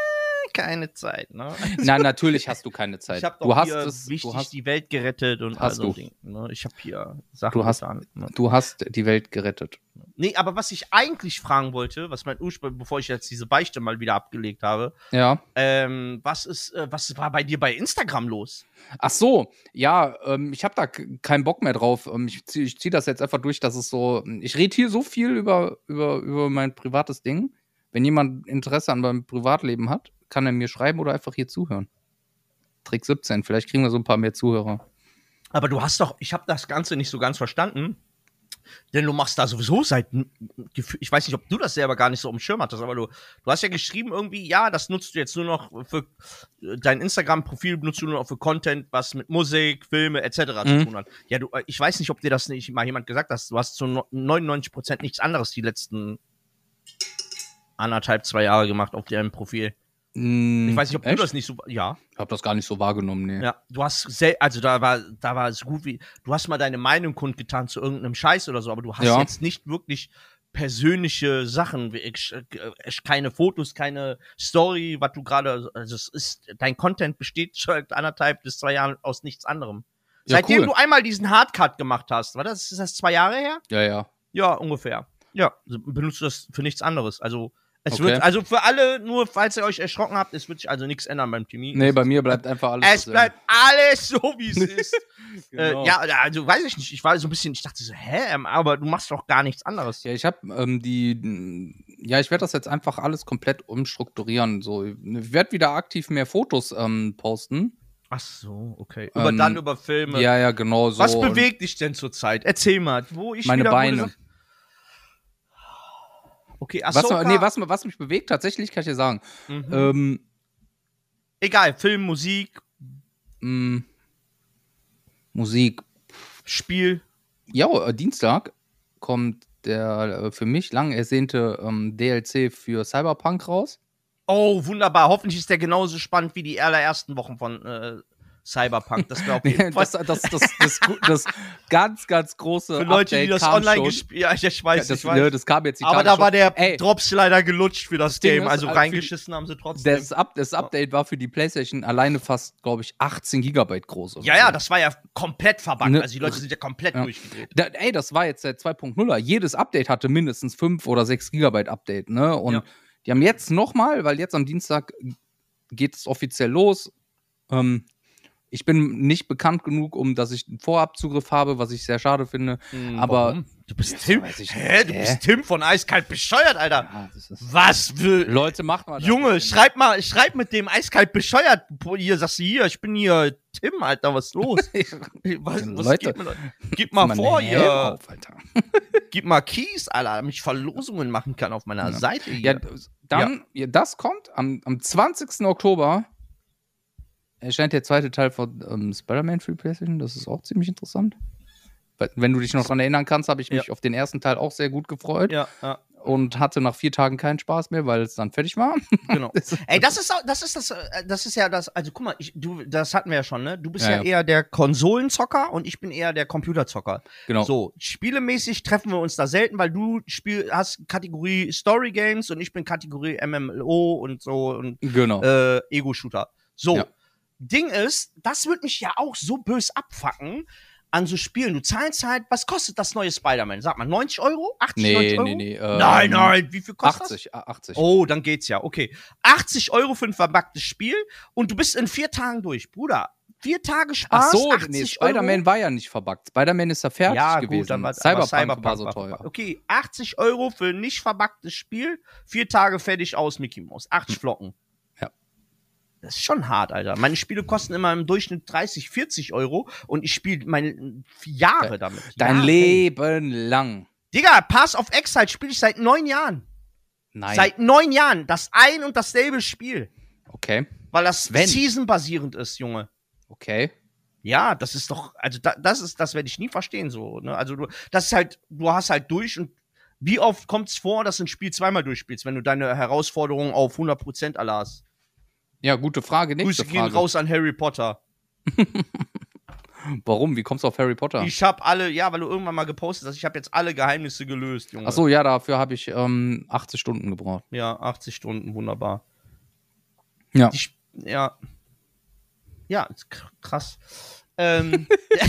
keine Zeit, ne? Nein, natürlich hast du keine Zeit. Ich habe du doch hast hier es, wichtig du hast, die Welt gerettet und all Hast so du. ein Ding. Ne? Ich habe hier Sachen Du hast- getan. Ne? du hast die Welt gerettet. Nee, aber was ich eigentlich fragen wollte, was mein Ursprung, bevor ich jetzt diese Beichte mal wieder abgelegt habe, Ja. ähm, was ist, äh, was war bei dir bei Instagram los? Ach so, ja, ähm, ich habe da k- keinen Bock mehr drauf. Ähm, ich ziehe ich zieh das jetzt einfach durch, dass es so. Ich rede hier so viel über, über, über mein privates Ding. Wenn jemand Interesse an meinem Privatleben hat, kann er mir schreiben oder einfach hier zuhören. Trick siebzehn, vielleicht kriegen wir so ein paar mehr Zuhörer. Aber du hast doch, ich habe das Ganze nicht so ganz verstanden, denn du machst da sowieso seit, Gefühl- ich weiß nicht, ob du das selber gar nicht so auf dem Schirm hattest, aber du, du hast ja geschrieben irgendwie, ja, das nutzt du jetzt nur noch für, dein Instagram-Profil benutzt du nur noch für Content, was mit Musik, Filme et cetera Mhm. zu tun hat. Ja, du, ich weiß nicht, ob dir das nicht mal jemand gesagt hat, du hast zu no- neunundneunzig Prozent nichts anderes die letzten anderthalb, zwei Jahre gemacht auf deinem Profil. Ich weiß nicht, ob du das nicht so, ja. Ich habe das gar nicht so wahrgenommen, nee. Ja, du hast sel also da war da war so gut wie du hast mal deine Meinung kundgetan zu irgendeinem Scheiß oder so, aber du hast Ja. jetzt nicht wirklich persönliche Sachen, wie ich, äh, keine Fotos, keine Story, was du gerade, also es ist dein Content besteht schon seit anderthalb bis zwei Jahren aus nichts anderem. Ja, Seitdem cool. du einmal diesen Hardcut gemacht hast, war das ist das zwei Jahre her? Ja, ja. Ja, ungefähr. Ja, also benutzt du das für nichts anderes. Also es Okay. wird also für alle nur falls ihr euch erschrocken habt, es wird sich also nichts ändern beim Timmy. Nee, bei mir bleibt einfach alles. Es dasselbe. bleibt alles so, wie es ist. Genau. äh, ja, also weiß ich nicht. Ich war so ein bisschen, ich dachte so, hä, ähm, aber du machst doch gar nichts anderes. Ja, ich habe ähm, die, ja, ich werde das jetzt einfach alles komplett umstrukturieren. So, ich werde wieder aktiv mehr Fotos ähm, posten. Ach so, okay. Über Ähm, dann über Filme. Ja, ja, genau so. Was Und bewegt dich denn zurzeit? Erzähl mal, wo ich meine wieder, wo du Beine. sagst- Okay, Was, Ahsoka, nee, was, was mich bewegt, tatsächlich kann ich dir sagen. mhm. Ähm, Egal, Film, Musik, mh, Musik. Spiel. Ja, äh, Dienstag kommt der äh, für mich lang ersehnte ähm, D L C für Cyberpunk raus. Oh, wunderbar. Hoffentlich ist der genauso spannend wie die allerersten Wochen von äh, Cyberpunk. Das wäre auf jeden Fall das, das, das, das, das ganz, ganz große für Leute, die Update das kam online schon. gespielt haben. Ja, ich Ja, weiß, das, ich weiß. ne, das kam jetzt die Aber Tage da schon. war der Ey, Drops leider gelutscht für das Ding Game. ist, Also äh, für reingeschissen haben sie trotzdem. Das, Up das Update war für die PlayStation alleine fast, glaube ich, achtzehn Gigabyte groß. oder Ja, so. ja, das war ja komplett verbuggt. Ne- Also die Leute sind ja komplett Ja. durchgedreht. Da, ey, das war jetzt der zwei Punkt nuller. Jedes Update hatte mindestens fünf oder sechs Gigabyte Update, ne? Und Ja. die haben jetzt nochmal, weil jetzt am Dienstag geht es offiziell los. Ähm, ich bin nicht bekannt genug, um dass ich einen Vorabzugriff habe, was ich sehr schade finde. Hm, aber warum? Du bist Ja, Tim. weiß ich Hä? nicht. Du Hä? bist Tim von Eiskalt bescheuert, Alter. Ja, das ist Was will. Leute, macht mal das. Junge, schreib mal, schreib mit dem Eiskalt bescheuert. Hier, sagst du hier, ich bin hier Tim, Alter, was ist los? Was, was Leute, gib, mir, gib mal Mann, vor Helm hier. auf, Alter. Gib mal Keys, Alter, damit ich Verlosungen machen kann auf meiner Ja. Seite Ja, hier. dann, ja. das kommt am, am zwanzigsten Oktober. Erscheint der zweite Teil von ähm, Spider-Man für die PlayStation. Das ist auch ziemlich interessant. Weil, wenn du dich noch dran erinnern kannst, habe ich mich Ja. auf den ersten Teil auch sehr gut gefreut. Ja, ja, Und hatte nach vier Tagen keinen Spaß mehr, weil es dann fertig war. genau. Ey, das ist, auch- das ist das, äh, das ist ja das, also guck mal, ich, du, das hatten wir ja schon, ne? Du bist Ja, ja, ja. eher der Konsolenzocker und ich bin eher der Computerzocker. Genau. So, spielemäßig treffen wir uns da selten, weil du spiel, hast Kategorie Story Games und ich bin Kategorie M M O und so und Genau. äh, Ego-Shooter. So, Ja. Ding ist, das wird mich ja auch so bös abfacken, an so Spielen. Du zahlst halt, was kostet das neue Spider-Man? Sag mal, neunzig Euro? achtzig, Nee, neunzig Euro? nee, nee. Ähm, Nein, nein, wie viel kostet achtzig, achtzig. das? Oh, dann geht's ja, okay. achtzig Euro für ein verpacktes Spiel und du bist in vier Tagen durch. Bruder, vier Tage Spaß, Ach so, achtzig nee, Euro. Spider-Man war ja nicht verbuggt. Spider-Man ist ja fertig Ja, gewesen. gut, dann war Cyberpunk, aber Cyberpunk war so war teuer. verpackt. Okay, achtzig Euro für ein nicht verpacktes Spiel, vier Tage fertig aus, Mickey Mouse. achtzig Hm. Flocken. Ja. Das ist schon hart, Alter. Meine Spiele kosten immer im Durchschnitt dreißig, vierzig Euro und ich spiele meine Jahre damit. Dein Jahre. Leben lang. Digga, Pass of Exile spiele ich seit neun Jahren. Nein. Seit neun Jahren. Das ein und dasselbe Spiel. Okay, Weil das Wenn. season-basierend ist, Junge. okay. Ja, das ist doch, also da, das ist, das werde ich nie verstehen, so, ne? Also du, das ist halt, du hast halt durch und wie oft kommt es vor, dass du ein Spiel zweimal durchspielst, wenn du deine Herausforderung auf hundert Prozent alle hast? Ja, gute Frage. Nächste Grüße gehen Frage. raus an Harry Potter. Warum? Wie kommst du auf Harry Potter? Ich habe alle, ja, weil du irgendwann mal gepostet hast, ich habe jetzt alle Geheimnisse gelöst, Junge. Ach so, ja, dafür habe ich ähm, achtzig Stunden gebraucht. Ja, achtzig Stunden, wunderbar. Ja. Die, Sp- ja. Ja, ist k- krass. Ähm.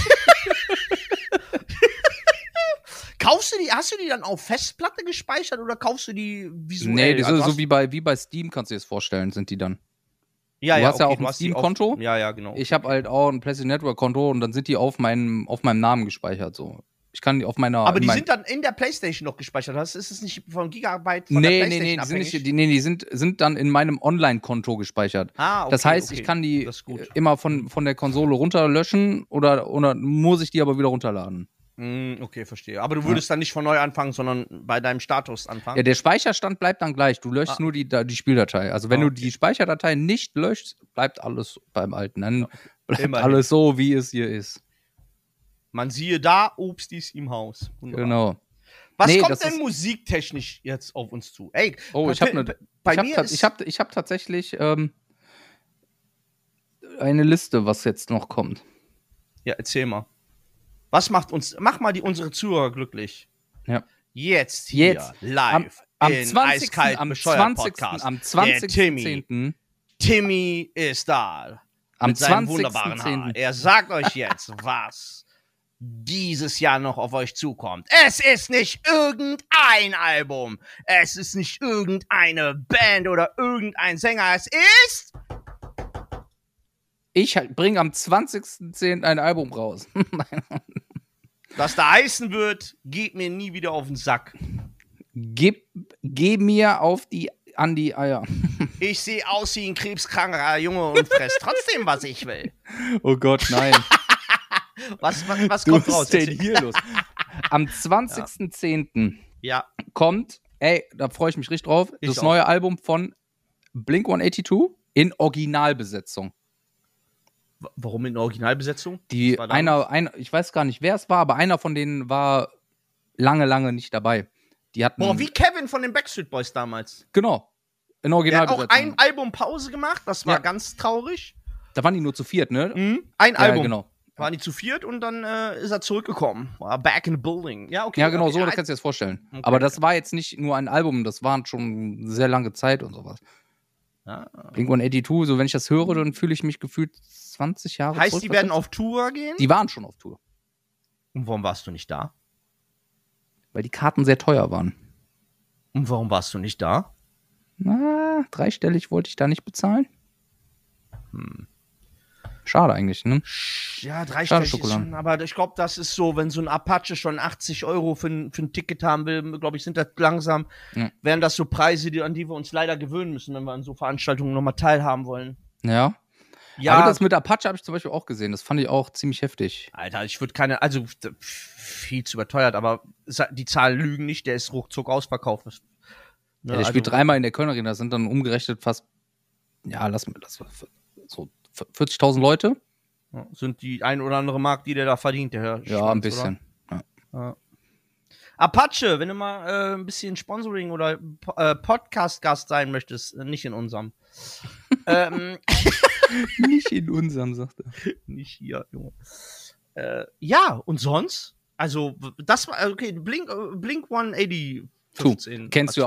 Kaufst du die, hast du die dann auf Festplatte gespeichert oder kaufst du die visuell? Nee, die Also sind hast- so wie bei, wie bei Steam, kannst du dir das vorstellen, sind die dann. ja, du ja, hast ja okay, auch ein du hast die Steam-Konto. auf- Ja, ja, genau. Ich habe halt auch ein PlayStation Network-Konto und dann sind die auf meinem, auf meinem Namen gespeichert. So. Ich kann die auf meiner. Aber in die mein- sind dann in der PlayStation noch gespeichert. Das ist es nicht von Gigabyte von der Nee, nee, PlayStation nee, die sind, abhängig? nicht, die, nee, die sind, sind dann in meinem Online-Konto gespeichert. ah, okay, Das heißt, okay. ich kann die Das ist gut. äh, immer von, von der Konsole runterlöschen oder, oder muss ich die aber wieder runterladen. Mm, okay, verstehe. Aber du würdest dann nicht von neu anfangen, sondern bei deinem Status anfangen? Ja, der Speicherstand bleibt dann gleich. Du löschst Ah. nur die, da- die Spieldatei. Also wenn Ah, du die Speicherdatei nicht löschst, bleibt alles beim Alten. Dann bleibt Immerhin. alles so, wie es hier ist. Man siehe da, Obstis im Haus. Wunderbar. Genau. Was Nee, kommt das denn ist- musiktechnisch jetzt auf uns zu? Ey, Oh, ich bei- habe ne, bei- bei ich hab, mir ta- ist- ich hab, ich hab tatsächlich ähm, eine Liste, was jetzt noch kommt. Ja, erzähl mal. Was macht uns, mach mal die, unsere Zuhörer glücklich. Ja. Jetzt hier, Jetzt, live, Am in zwanzigsten Eiskalt am Bescheuert zwanzigsten Podcast. am Der zwanzigsten Timmy, zehnten Timmy ist da. Am mit seinem zwanzigsten wunderbaren Haar. zehnten Er sagt euch jetzt, was dieses Jahr noch auf euch zukommt. Es ist nicht irgendein Album. Es ist nicht irgendeine Band oder irgendein Sänger. Es ist Ich halt bringe am zwanzigsten zehnten ein Album raus. was da heißen wird, geht mir nie wieder auf den Sack. Gib, geh mir auf die, an die Eier. Ich sehe aus wie ein krebskranker Junge und fress trotzdem, was ich will. Oh Gott, nein. Was, was, was Du kommt was raus? ist denn Erzähl. hier los? Am zwanzigsten zehnten Ja, kommt, ey, da freue ich mich richtig drauf, Ich das auch. neue Album von Blink hundertzweiundachtzig in Originalbesetzung. w- warum in Originalbesetzung? Die Was war da einer, einer, ich weiß gar nicht, wer es war, aber einer von denen war lange, lange nicht dabei. Die hatten. Boah, wie Kevin von den Backstreet Boys damals. Genau. In Der hat auch Originalbesetzung. ein Album Pause gemacht, das war Ja. ganz traurig. Da waren die nur zu viert, ne? Mhm. Ein Ja, Album. genau. Waren die zu viert und dann äh, ist er zurückgekommen. War back in the building. Ja, okay. Ja, genau, okay. so, ja, das kannst du dir das vorstellen. Okay, Aber das okay. war jetzt nicht nur ein Album, das waren schon sehr lange Zeit und sowas. Ja. Blink hundertzweiundachtzig, so wenn ich das höre, dann fühle ich mich gefühlt zwanzig Jahre Heißt, zurück. die werden auf Tour gehen? Die waren schon auf Tour, Und warum warst du nicht da? weil die Karten sehr teuer waren. Und warum warst du nicht da? Na, dreistellig wollte ich da nicht bezahlen. Schade eigentlich, ne? Ja, dreistellig ist Schokolade. schon, aber ich glaube, das ist so, wenn so ein Apache schon achtzig Euro für ein, für ein Ticket haben will, glaube ich, sind das langsam, Ja. wären das so Preise, die, an die wir uns leider gewöhnen müssen, wenn wir an so Veranstaltungen nochmal teilhaben wollen. Ja. Ja, Aber das mit Apache habe ich zum Beispiel auch gesehen. Das fand ich auch ziemlich heftig. Alter, ich würde keine, also d- viel zu überteuert, aber sa- die Zahlen lügen nicht, der ist ruckzuck ausverkauft. Ne, Ja, der spielt also- dreimal in der Köln Arena. Das sind dann umgerechnet fast, ja, lass mal, das war so vierzigtausend Leute. Ja, sind die ein oder andere Mark, die der da verdient, der Herr Ja, Schwanz, ein bisschen. Ja. Oder? Apache, wenn du mal äh, ein bisschen Sponsoring oder Po- äh, Podcast-Gast sein möchtest, äh, nicht in unserem. ähm, Nicht in unserem, sagt er. nicht hier, Junge. Äh, ja, und sonst? Also, w- das war, okay, Blink, äh, Blink hundertachtzig. fünfzehn. Kennst du ja Ach so, auch.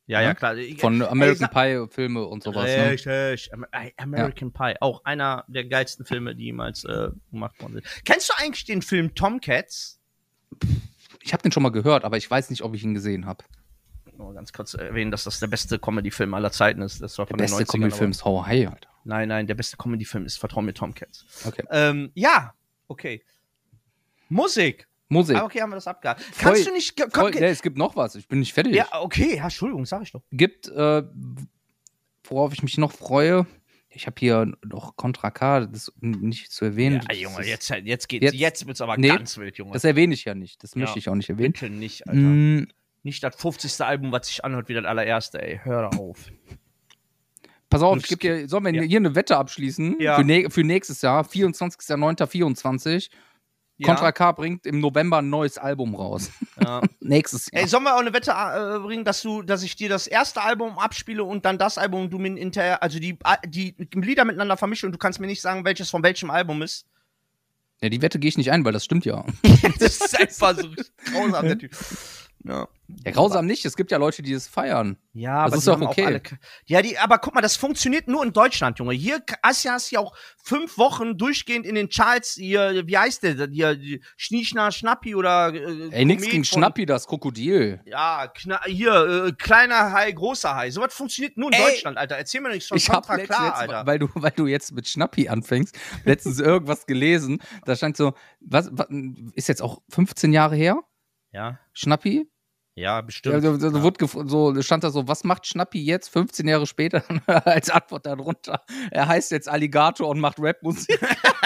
Ja, ne? ja, klar. Ich- Von American ey, Pie Filme und sowas. Ne? Richtig. Am- ey, American Pie. Auch einer der geilsten Filme, die jemals äh, gemacht worden sind. Kennst du eigentlich den Film Tomcats? Ich habe den schon mal gehört, aber ich weiß nicht, ob ich ihn gesehen habe. Nur ganz kurz erwähnen, dass das der beste Comedy-Film aller Zeiten ist. Das war Der von den beste neunzigern, Comedy-Film ist How High, Alter. aber- Nein, nein, der beste Comedy-Film ist Vertrau mir Tomcats. Okay. Ähm, ja, okay. Musik. Musik. Ah, okay, haben wir das abgehakt. Voll- Kannst du nicht. Komm, Voll, ja, es gibt noch was. Ich bin nicht fertig. ja, okay, ja, Entschuldigung, sag ich doch. Gibt, äh, worauf ich mich noch freue, ich habe hier noch Contra K, das ist nicht zu erwähnen. Ja, Das Junge, ist- jetzt, jetzt geht's. Jetzt- Jetzt, wird's aber Nee, ganz wild, Junge. Das erwähne ich ja nicht. Das Ja. möchte ich auch nicht erwähnen. Bitte nicht, Alter. Mm, Nicht das fünfzigste Album, was sich anhört wie das allererste, ey. Hör da auf. pass auf, Und ich gebe dir, sollen wir ja. hier eine Wette abschließen? Ja. Für, ne für nächstes Jahr, vierundzwanzigster neunter vierundzwanzig. Ja. Contra K bringt im November ein neues Album raus. Ja. Nächstes Jahr. Ey, sollen wir auch eine Wette äh, bringen, dass du, dass ich dir das erste Album abspiele und dann das Album und du mir hinterher, also die, die Lieder miteinander vermische und du kannst mir nicht sagen, welches von welchem Album ist? Ja, die Wette gehe ich nicht ein, weil das stimmt ja. Das ist einfach so grausam, der Typ. Ja. Ja, grausam nicht. Es gibt ja Leute, die es feiern. Ja, Das aber ist die doch haben okay. Auch alle, ja, die, aber guck mal, das funktioniert nur in Deutschland, Junge. Hier hast du hast ja auch fünf Wochen durchgehend in den Charts, hier, wie heißt der, hier, die Schnieschner Schnappi oder äh, Ey, nix Komet gegen von- Schnappi, das Krokodil. Ja, kna hier, äh, kleiner Hai, großer Hai. Sowas funktioniert nur in Ey, Deutschland, Alter. Erzähl mir nichts von Ich habe Contra letztens, klar, letzt- Alter. weil du, weil du jetzt mit Schnappi anfängst, letztens irgendwas gelesen. Da stand so, was, was ist jetzt auch fünfzehn Jahre her? Ja, Schnappi? ja, Ja, bestimmt. so, so, ja. wurde gef- so stand da so, was macht Schnappi jetzt fünfzehn Jahre später als Antwort darunter? Er heißt jetzt Alligator und macht Rapmusik.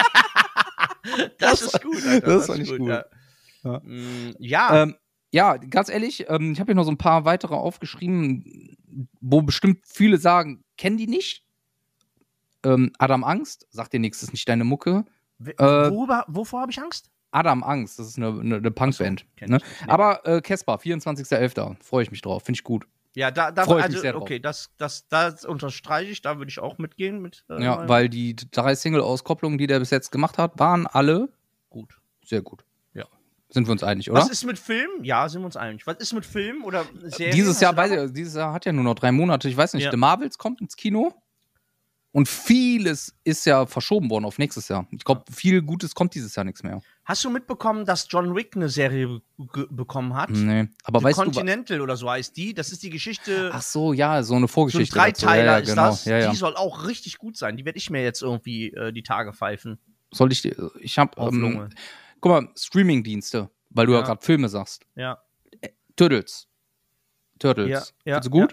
Das ist gut, Alter. das fand ich gut. Ja. Ja. Mm, ja. Ähm, ja, ganz ehrlich, ähm, ich habe hier noch so ein paar weitere aufgeschrieben, wo bestimmt viele sagen, kennen die nicht? Ähm, Adam Angst, sagt dir nichts, ist nicht deine Mucke. W- äh, worüber, wovor habe ich Angst? Adam Angst, das ist eine, eine, eine Punkband. kenn Ne? ich nicht, nee. Aber äh, Casper, vierundzwanzigster elfter freue ich mich drauf, finde ich gut. Ja, da, da freu ich also, mich sehr drauf. okay, das, das, das unterstreiche ich, da würde ich auch mitgehen mit. Äh, Ja, meinem- weil die drei Single-Auskopplungen, die der bis jetzt gemacht hat, waren alle gut. sehr gut. Ja. Sind wir uns einig, oder? Was ist mit Film? Ja, sind wir uns einig. Was ist mit Film oder Serien? Dieses Hast Jahr, du da weiß noch? ich, dieses Jahr hat ja nur noch drei Monate. Ich weiß nicht, Ja. The Marvels kommt ins Kino. Und vieles ist ja verschoben worden auf nächstes Jahr. Ich glaube, viel Gutes kommt dieses Jahr nichts mehr. Hast du mitbekommen, dass John Wick eine Serie be bekommen hat? Nee. Aber The weißt du. wa- Continental oder so heißt die. Das ist die Geschichte. Ach so, ja, so eine so ein Vorgeschichte. Dreiteiler dazu. Ja, ja, ist genau. das. Ja, ja. Die soll auch richtig gut sein. Die werde ich mir jetzt irgendwie äh, die Tage pfeifen. Soll ich dir. Ich hab. Auf Ähm, Lunge. guck mal, Streaming-Dienste, weil du ja, Ja. gerade Filme sagst. Ja. Turtles. Turtles. Ja, ja, Findest du gut?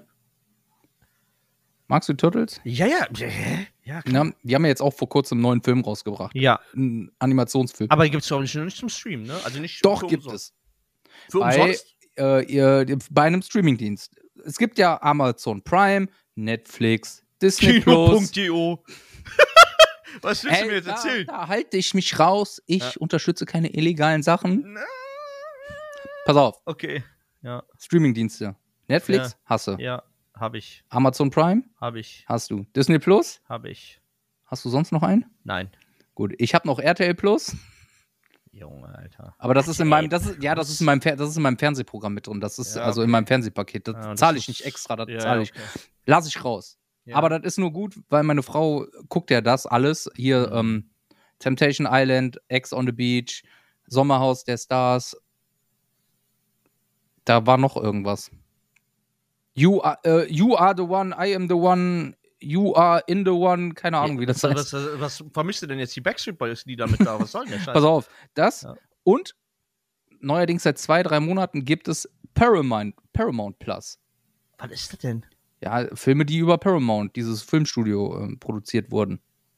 Magst du Turtles? Ja, ja. Ja, ja, klar. Ja, die haben ja jetzt auch vor kurzem einen neuen Film rausgebracht. Ja. Einen Animationsfilm. Aber gibt es doch nicht, nicht zum Stream, ne? Also nicht Doch, für gibt umsonst. es. Für Bei, umsonst? äh, ihr, bei einem Streamingdienst. Es gibt ja Amazon Prime, Netflix, Disney Plus. Kino.de. Was willst du mir jetzt da, erzählen? da halte ich mich raus. Ich Ja. unterstütze keine illegalen Sachen. Na, Pass auf, Okay. Ja, Streamingdienste. Netflix, Ja. hasse. ja, hab ich. Amazon Prime, Hab ich. hast du. Disney Plus, Hab ich. hast du sonst noch einen? Nein. Gut, ich habe noch R T L Plus, Junge, Alter. aber das ist in meinem, das ist, ja, das ist in meinem, Fer das ist in meinem Fernsehprogramm mit drin. Das ist Ja, also okay. in meinem Fernsehpaket. Das Ja, das zahle ich ist- nicht extra, das Ja, zahle ich. okay. Lass ich raus. Ja. Aber das ist nur gut, weil meine Frau guckt ja das alles. Hier Mhm. ähm, Temptation Island, Ex on the Beach, Sommerhaus der Stars. Da war noch irgendwas. You are, äh, you are the one, I am the one, you are in the one. Keine Ahnung, wie das was, heißt. was, was, was vermisst du denn jetzt die Backstreet Boys Lieder mit da? Was soll denn der Scheiß? Pass auf, das Ja. und neuerdings seit zwei, drei Monaten gibt es Paramount, Paramount Plus. Was ist das denn? Ja, Filme, die über Paramount, dieses Filmstudio, ähm, produziert wurden.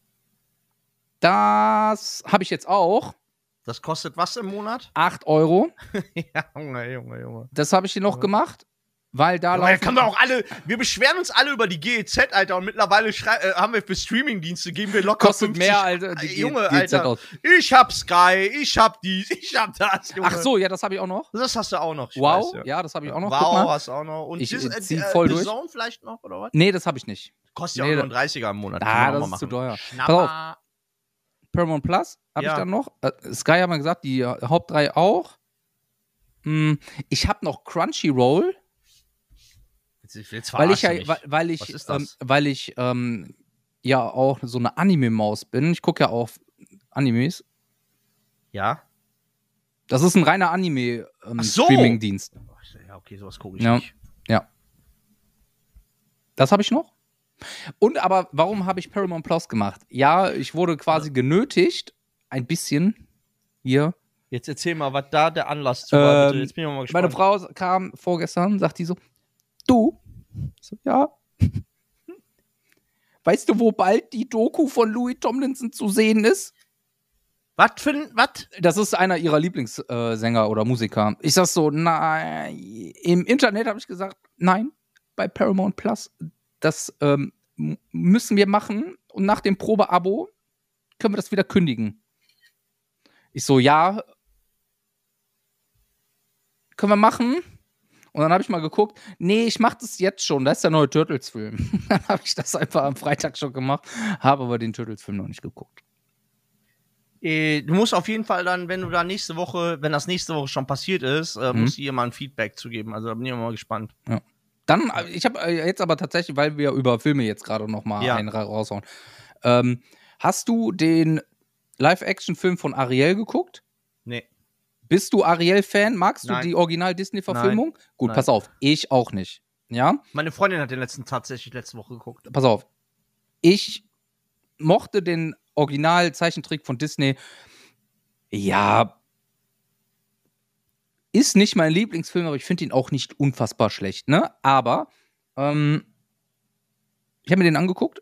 Das habe ich jetzt auch. Das kostet was im Monat? acht Euro. Ja, Junge, Junge, Junge. Das habe ich hier noch Ja. gemacht, weil da Aber wir laufen... können doch auch alle, wir beschweren uns alle über die G E Z, Alter, und mittlerweile schrei- äh, haben wir für Streamingdienste, geben wir locker kostet fünfzig. mehr als die Äh, Junge, G- G Z Alter. aus. Ich hab Sky, ich hab dies, ich hab das, Junge. Ach so, ja, das habe ich auch noch. Das hast du auch noch. ich Wow, weiß, ja. das habe ich auch noch. Guck Wow, mal. hast du auch noch. Und Ich, das, äh, zieh voll The durch. Zone vielleicht noch, oder was? Nee, das habe ich nicht. Kostet ja Nee, auch nur da- einen dreißiger im Monat. Ah, Können wir das auch mal ist zu machen. teuer. Schnapper. Paramount Plus habe Ja. ich dann noch. Äh, Sky haben wir gesagt, die äh, Haupt drei auch. Hm, ich habe noch Crunchyroll. Jetzt jetzt, jetzt Weil ich verarschst ja, du mich. weil, weil ich, Was ist ähm, das? weil ich ähm, ja auch so eine Anime-Maus bin. Ich gucke ja auch Animes. Ja? Das ist ein reiner Ach so. Anime-Streaming-Dienst. Ja, okay, sowas gucke ich Ja. nicht. Ja. Das habe ich noch. Und aber warum habe ich Paramount Plus gemacht? Ja, ich wurde quasi genötigt, ein bisschen hier. Jetzt erzähl mal, was da der Anlass zu war, bitte. Ähm, Jetzt bin ich mal gespannt. Meine Frau kam vorgestern, sagt die so, du? Ich so, ja. Weißt du, wo bald die Doku von Louis Tomlinson zu sehen ist? Was für ein, was? Das ist einer ihrer Lieblingssänger oder Musiker. Ich sag so, nein. Im Internet habe ich gesagt, nein, bei Paramount Plus. Das ähm, m- müssen wir machen. Und nach dem Probeabo können wir das wieder kündigen. Ich so, ja. Können wir machen? Und dann habe ich mal geguckt, nee, ich mache das jetzt schon. Da ist der neue Turtles-Film. Dann habe ich das einfach am Freitag schon gemacht, habe aber den Turtles-Film noch nicht geguckt. Äh, du musst auf jeden Fall dann, wenn du da nächste Woche, wenn das nächste Woche schon passiert ist, äh, Mhm. musst du ihr mal ein Feedback zu geben. Also da bin ich mal gespannt. Dann, äh, ich habe äh, jetzt aber tatsächlich, weil wir über Filme jetzt gerade noch mal Ja. einen ra- raushauen. Ähm, hast du den Live-Action-Film von Ariel geguckt? Nee. Bist du Ariel-Fan? Magst du Nein. die Original-Disney-Verfilmung? Gut, Nein. pass auf. Ich auch nicht. Ja? Meine Freundin hat den letzten tatsächlich letzte Woche geguckt. Pass auf. Ich mochte den Original-Zeichentrick von Disney. Ja. Ist nicht mein Lieblingsfilm, aber ich finde ihn auch nicht unfassbar schlecht, ne? Aber ähm, ich habe mir den angeguckt.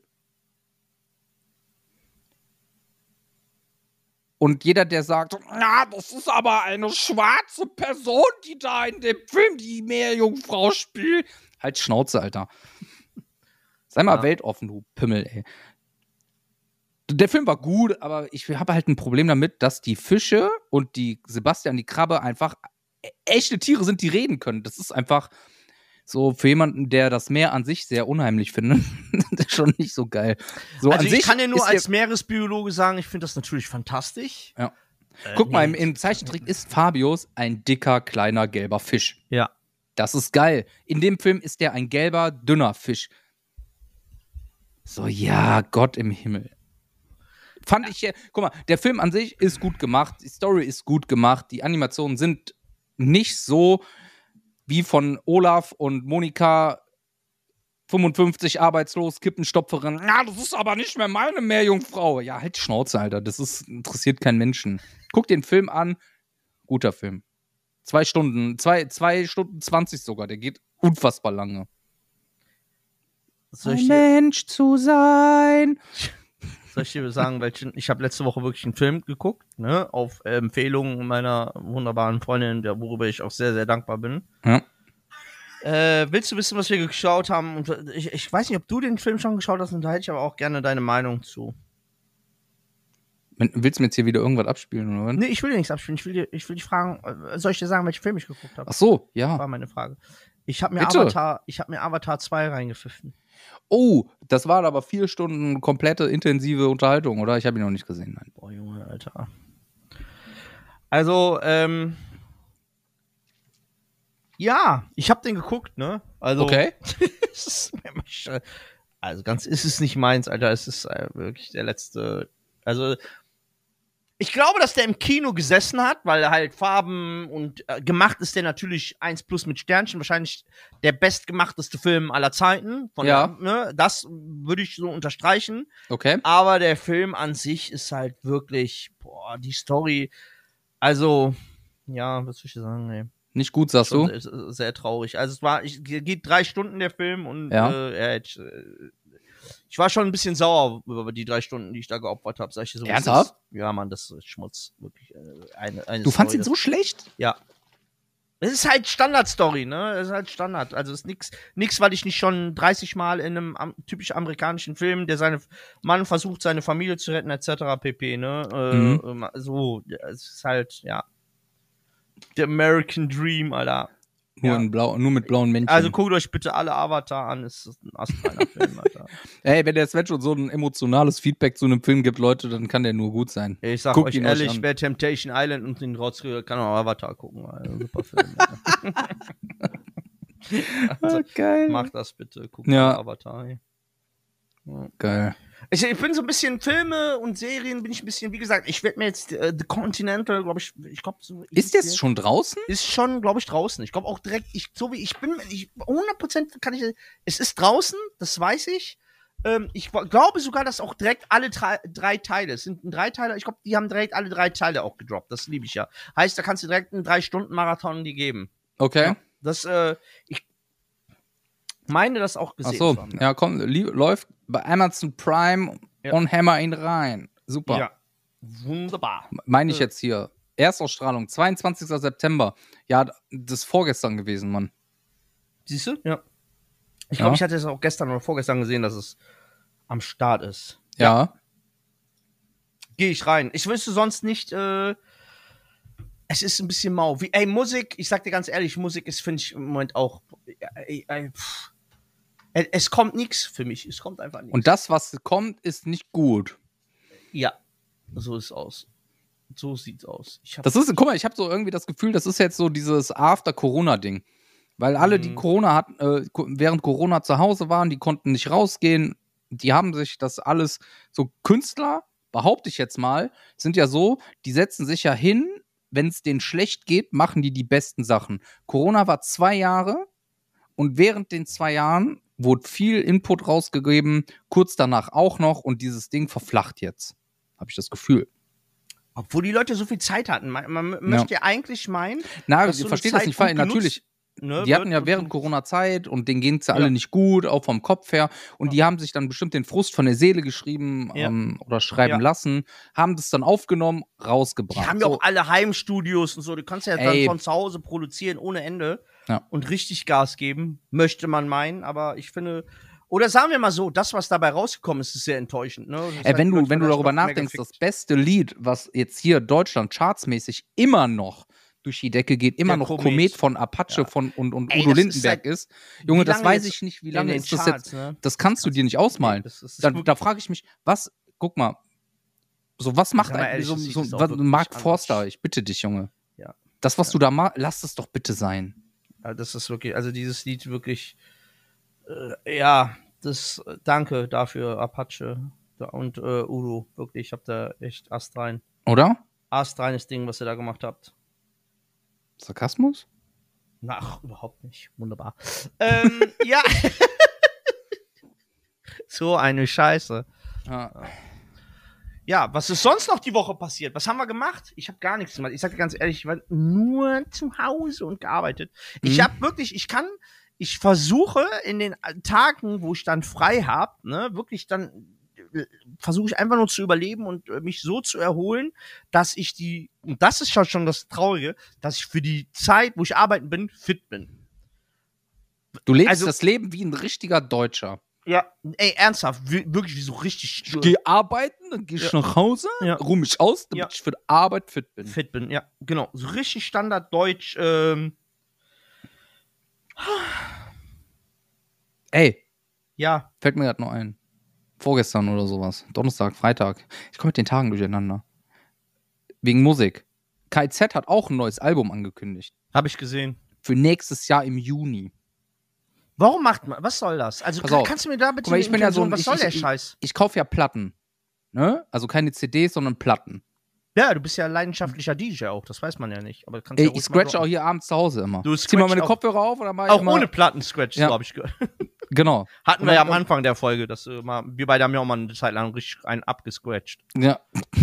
Und jeder, der sagt, na, das ist aber eine schwarze Person, die da in dem Film die Meerjungfrau spielt. Halt Schnauze, Alter. Sei mal Ja. weltoffen, du Pimmel, ey. Der Film war gut, aber ich habe halt ein Problem damit, dass die Fische und die Sebastian, die Krabbe, einfach e- echte Tiere sind, die reden können. Das ist einfach so für jemanden, der das Meer an sich sehr unheimlich findet, das ist schon nicht so geil. So Also an ich sich kann dir nur ist als der, Meeresbiologe sagen, ich finde das natürlich fantastisch. Ja. Äh, Guck mal, im, nee. im Zeichentrick ist Fabius ein dicker, kleiner, gelber Fisch. Ja. Das ist geil. In dem Film ist der ein gelber, dünner Fisch. So, ja, Gott im Himmel. Fand ich, ja- guck mal, der Film an sich ist gut gemacht, die Story ist gut gemacht, die Animationen sind nicht so wie von Olaf und Monika, fünfundfünfzig, arbeitslos, Kippenstopferin. Ja, das ist aber nicht mehr meine Meerjungfrau. Ja, halt die Schnauze, Alter. Das ist, interessiert keinen Menschen. Guck den Film an. Guter Film. Zwei Stunden, zwei, zwei Stunden zwanzig sogar. Der geht unfassbar lange. Soll ich Ein dir, Mensch zu sein. soll ich dir sagen, welchen? Ich habe letzte Woche wirklich einen Film geguckt, ne? Auf äh, Empfehlung meiner wunderbaren Freundin, der, worüber ich auch sehr, sehr dankbar bin. Ja. Äh, willst du wissen, was wir geschaut haben? Und ich, ich weiß nicht, ob du den Film schon geschaut hast, und da hätte ich aber auch gerne deine Meinung zu. Wenn- Willst du mir jetzt hier wieder irgendwas abspielen, oder? Nee, ich will dir nichts abspielen. Ich will, dir, ich will dich fragen, äh, soll ich dir sagen, welchen Film ich geguckt habe? Ach so, ja. War meine Frage. Ich habe mir Bitte. Avatar, ich habe mir Avatar zwei reingepfiffen. Oh, das war aber vier Stunden komplette intensive Unterhaltung, oder? Ich habe ihn noch nicht gesehen, nein. Boah, Junge, Alter. Also, ähm. Ja, ich habe den geguckt, ne? Also, Okay. es ist mir immer sch- also ganz ist es nicht meins, Alter. Es ist äh, wirklich der letzte. Also, ich glaube, dass der im Kino gesessen hat, weil halt Farben und äh, gemacht ist der natürlich eins plus mit Sternchen. Wahrscheinlich der bestgemachteste Film aller Zeiten. Von Ja. der, ne? Das würde ich so unterstreichen. Okay. Aber der Film an sich ist halt wirklich, boah, die Story, also, ja, was soll ich sagen, ey. Nicht gut, sagst du? Schon sehr, sehr traurig. Also es war, ich, geht drei Stunden der Film und Ja. äh, er hätte, äh, ich war schon ein bisschen sauer über die drei Stunden, die ich da geopfert habe. Sag ich dir so, was Ernsthaft? ist? Ja, Mann, das ist Schmutz. Wirklich. Äh, eine, eine Du fandst Story, ihn so schlecht? ja. Es ist halt Standard-Story, ne? Es ist halt Standard. Also es ist nix, nix, weil ich nicht schon dreißig Mal in einem am, typisch amerikanischen Film, der seine Mann versucht, seine Familie zu retten, et cetera pp, ne? Äh, Mhm. ähm, so, es ist halt, ja. The American Dream, Alter. Nur, Ja. in blau, nur mit blauen Männchen. Also guckt euch bitte alle Avatar an, es ist ein astreiner Film, Alter. Ey, wenn der Sven schon so ein emotionales Feedback zu einem Film gibt, Leute, dann kann der nur gut sein. Ich sag Guckt euch ihn euch ehrlich, an. wer Temptation Island und den rausrührt, kann auch Avatar gucken, Alter. Super Film. Alter. Also, Ah, geil. mach das bitte. Guck Ja. mal Avatar. ey. Ja. Geil. Ich, ich bin so ein bisschen Filme und Serien, bin ich ein bisschen, wie gesagt, ich werde mir jetzt äh, The Continental, glaube ich, ich glaube so. Ist jetzt schon draußen? Ist schon, glaube ich, draußen. Ich glaube auch direkt, ich, so wie ich bin, ich, hundert Prozent kann ich, es ist draußen, das weiß ich. Ähm, ich glaube sogar, dass auch direkt alle drei, drei Teile, es sind drei Teile, ich glaube, die haben direkt alle drei Teile auch gedroppt. Das liebe ich ja. Heißt, da kannst du direkt einen drei Stunden Marathon die geben. Okay. Ja, das, äh, ich meine das auch Ach gesehen so, zu haben. ja, komm, li- läuft bei Amazon Prime Ja. und hammer ihn rein. Super. Ja. Wunderbar. Meine ich Äh. jetzt hier. Erstausstrahlung, zweiundzwanzigster September. Ja, das ist vorgestern gewesen, Mann. Siehst du? Ja. Ich Ja. glaube, ich hatte es auch gestern oder vorgestern gesehen, dass es am Start ist. Ja. Gehe ich rein. Ich wüsste sonst nicht, äh, es ist ein bisschen mau. Wie, ey, Musik, ich sag dir ganz ehrlich, Musik ist, finde ich, im Moment auch, ey, ey, pff. Es kommt nichts für mich. Es kommt einfach nichts. Und das, was kommt, ist nicht gut. Ja, so ist es aus. So sieht's aus. Ich hab, Das ist, guck mal, ich habe so irgendwie das Gefühl, das ist jetzt so dieses After-Corona-Ding. Weil alle, die Mhm. Corona hatten, äh, ko- während Corona zu Hause waren, die konnten nicht rausgehen. Die haben sich das alles, so Künstler, behaupte ich jetzt mal, sind ja so, die setzen sich ja hin, wenn es denen schlecht geht, machen die die besten Sachen. Corona war zwei Jahre und während den zwei Jahren wurde viel Input rausgegeben, kurz danach auch noch und dieses Ding verflacht jetzt. Habe ich das Gefühl. obwohl die Leute so viel Zeit hatten. Man, man möchte ja eigentlich meinen, Na, dass ich so eine verstehe das Zeit nicht gut falsch. Natürlich, ne, die hatten ja wird- während Corona Zeit und denen ging es ja alle Ja. nicht gut, auch vom Kopf her. Und die haben sich dann bestimmt den Frust von der Seele geschrieben Ja. ähm, oder schreiben Ja. lassen, haben das dann aufgenommen, rausgebracht. Die haben ja So. auch alle Heimstudios und so. Du kannst ja Ey. dann von zu Hause produzieren ohne Ende Ja. und richtig Gas geben, möchte man meinen. Aber ich finde, oder sagen wir mal so, das, was dabei rausgekommen ist, ist sehr enttäuschend. Ne? Das ist Ey, halt wenn die du, Leute wenn du vielleicht darüber noch mehr nachdenkst, gefickt. das beste Lied, was jetzt hier Deutschland chartsmäßig immer noch durch die Decke geht, immer Der noch Komet. Komet von Apache Ja. von und, und Ey, Udo das ist Lindenberg seit- ist. Junge, wie das lange weiß jetzt ich nicht, wie in lange den ist das Charts, jetzt. ne? Das kannst du dir nicht ausmalen. Nee, das ist Da, wirklich- da frage ich mich, was, guck mal, so was macht Sag mal ein, ehrlich, so, das Lied so, ist auch was, wirklich Mark anders. Forster, ich bitte dich, Junge. Ja. Das, was du da machst, lass es doch bitte sein. Ja, das ist wirklich, also dieses Lied wirklich, äh, ja, das, äh, danke dafür, Apache da- und äh, Udo, wirklich, ich hab da echt astrein, Oder? astreines Ding, was ihr da gemacht habt. Sarkasmus? Na, ach, überhaupt nicht, wunderbar. ähm, ja. So eine Scheiße. Ja. Ja, was ist sonst noch die Woche passiert? Was haben wir gemacht? Ich habe gar nichts gemacht. Ich sag dir ganz ehrlich, ich war nur zu Hause und gearbeitet. Ich Mhm. habe wirklich, ich kann, ich versuche in den Tagen, wo ich dann frei habe, ne, wirklich dann äh, versuche ich einfach nur zu überleben und äh, mich so zu erholen, dass ich die, und das ist schon schon das Traurige, dass ich für die Zeit, wo ich arbeiten bin, fit bin. Du lebst Also- das Leben wie ein richtiger Deutscher. Ja, ey, ernsthaft, wir- wirklich wie so richtig Ich gehe arbeiten, dann gehe ich Ja. nach Hause, Ja. ruhe mich aus, damit Ja. ich für die Arbeit fit bin. fit bin. Ja, genau. So richtig Standarddeutsch, ähm, Ey, ja. fällt mir gerade noch ein. Vorgestern oder sowas. Donnerstag, Freitag. Ich komme mit den Tagen durcheinander. Wegen Musik. K Z hat auch ein neues Album angekündigt. Habe ich gesehen. Für nächstes Jahr im Juni. Warum macht man, was soll das? Also Pass kann, auf. kannst du mir da bitte Guck mal, ich eine bin ja so Information- ein- was ich- soll ich- der ich- Scheiß? Ich kaufe ja Platten. Ne? Also keine C Ds, sondern Platten. Ja, du bist ja leidenschaftlicher D J auch, das weiß man ja nicht. Aber kannst Ey, ja ich ruhig mal scratch droppen. auch hier abends zu Hause immer. Du Zieh mal scratch meine auch- Kopfhörer auf oder mach ich Auch immer, ohne Platten-Scratch, Ja. so habe ich gehört. Genau. Hatten Und wir ja dann- am Anfang der Folge, dass äh, mal, wir beide haben ja auch mal eine Zeit lang richtig einen abgescratcht. Ja.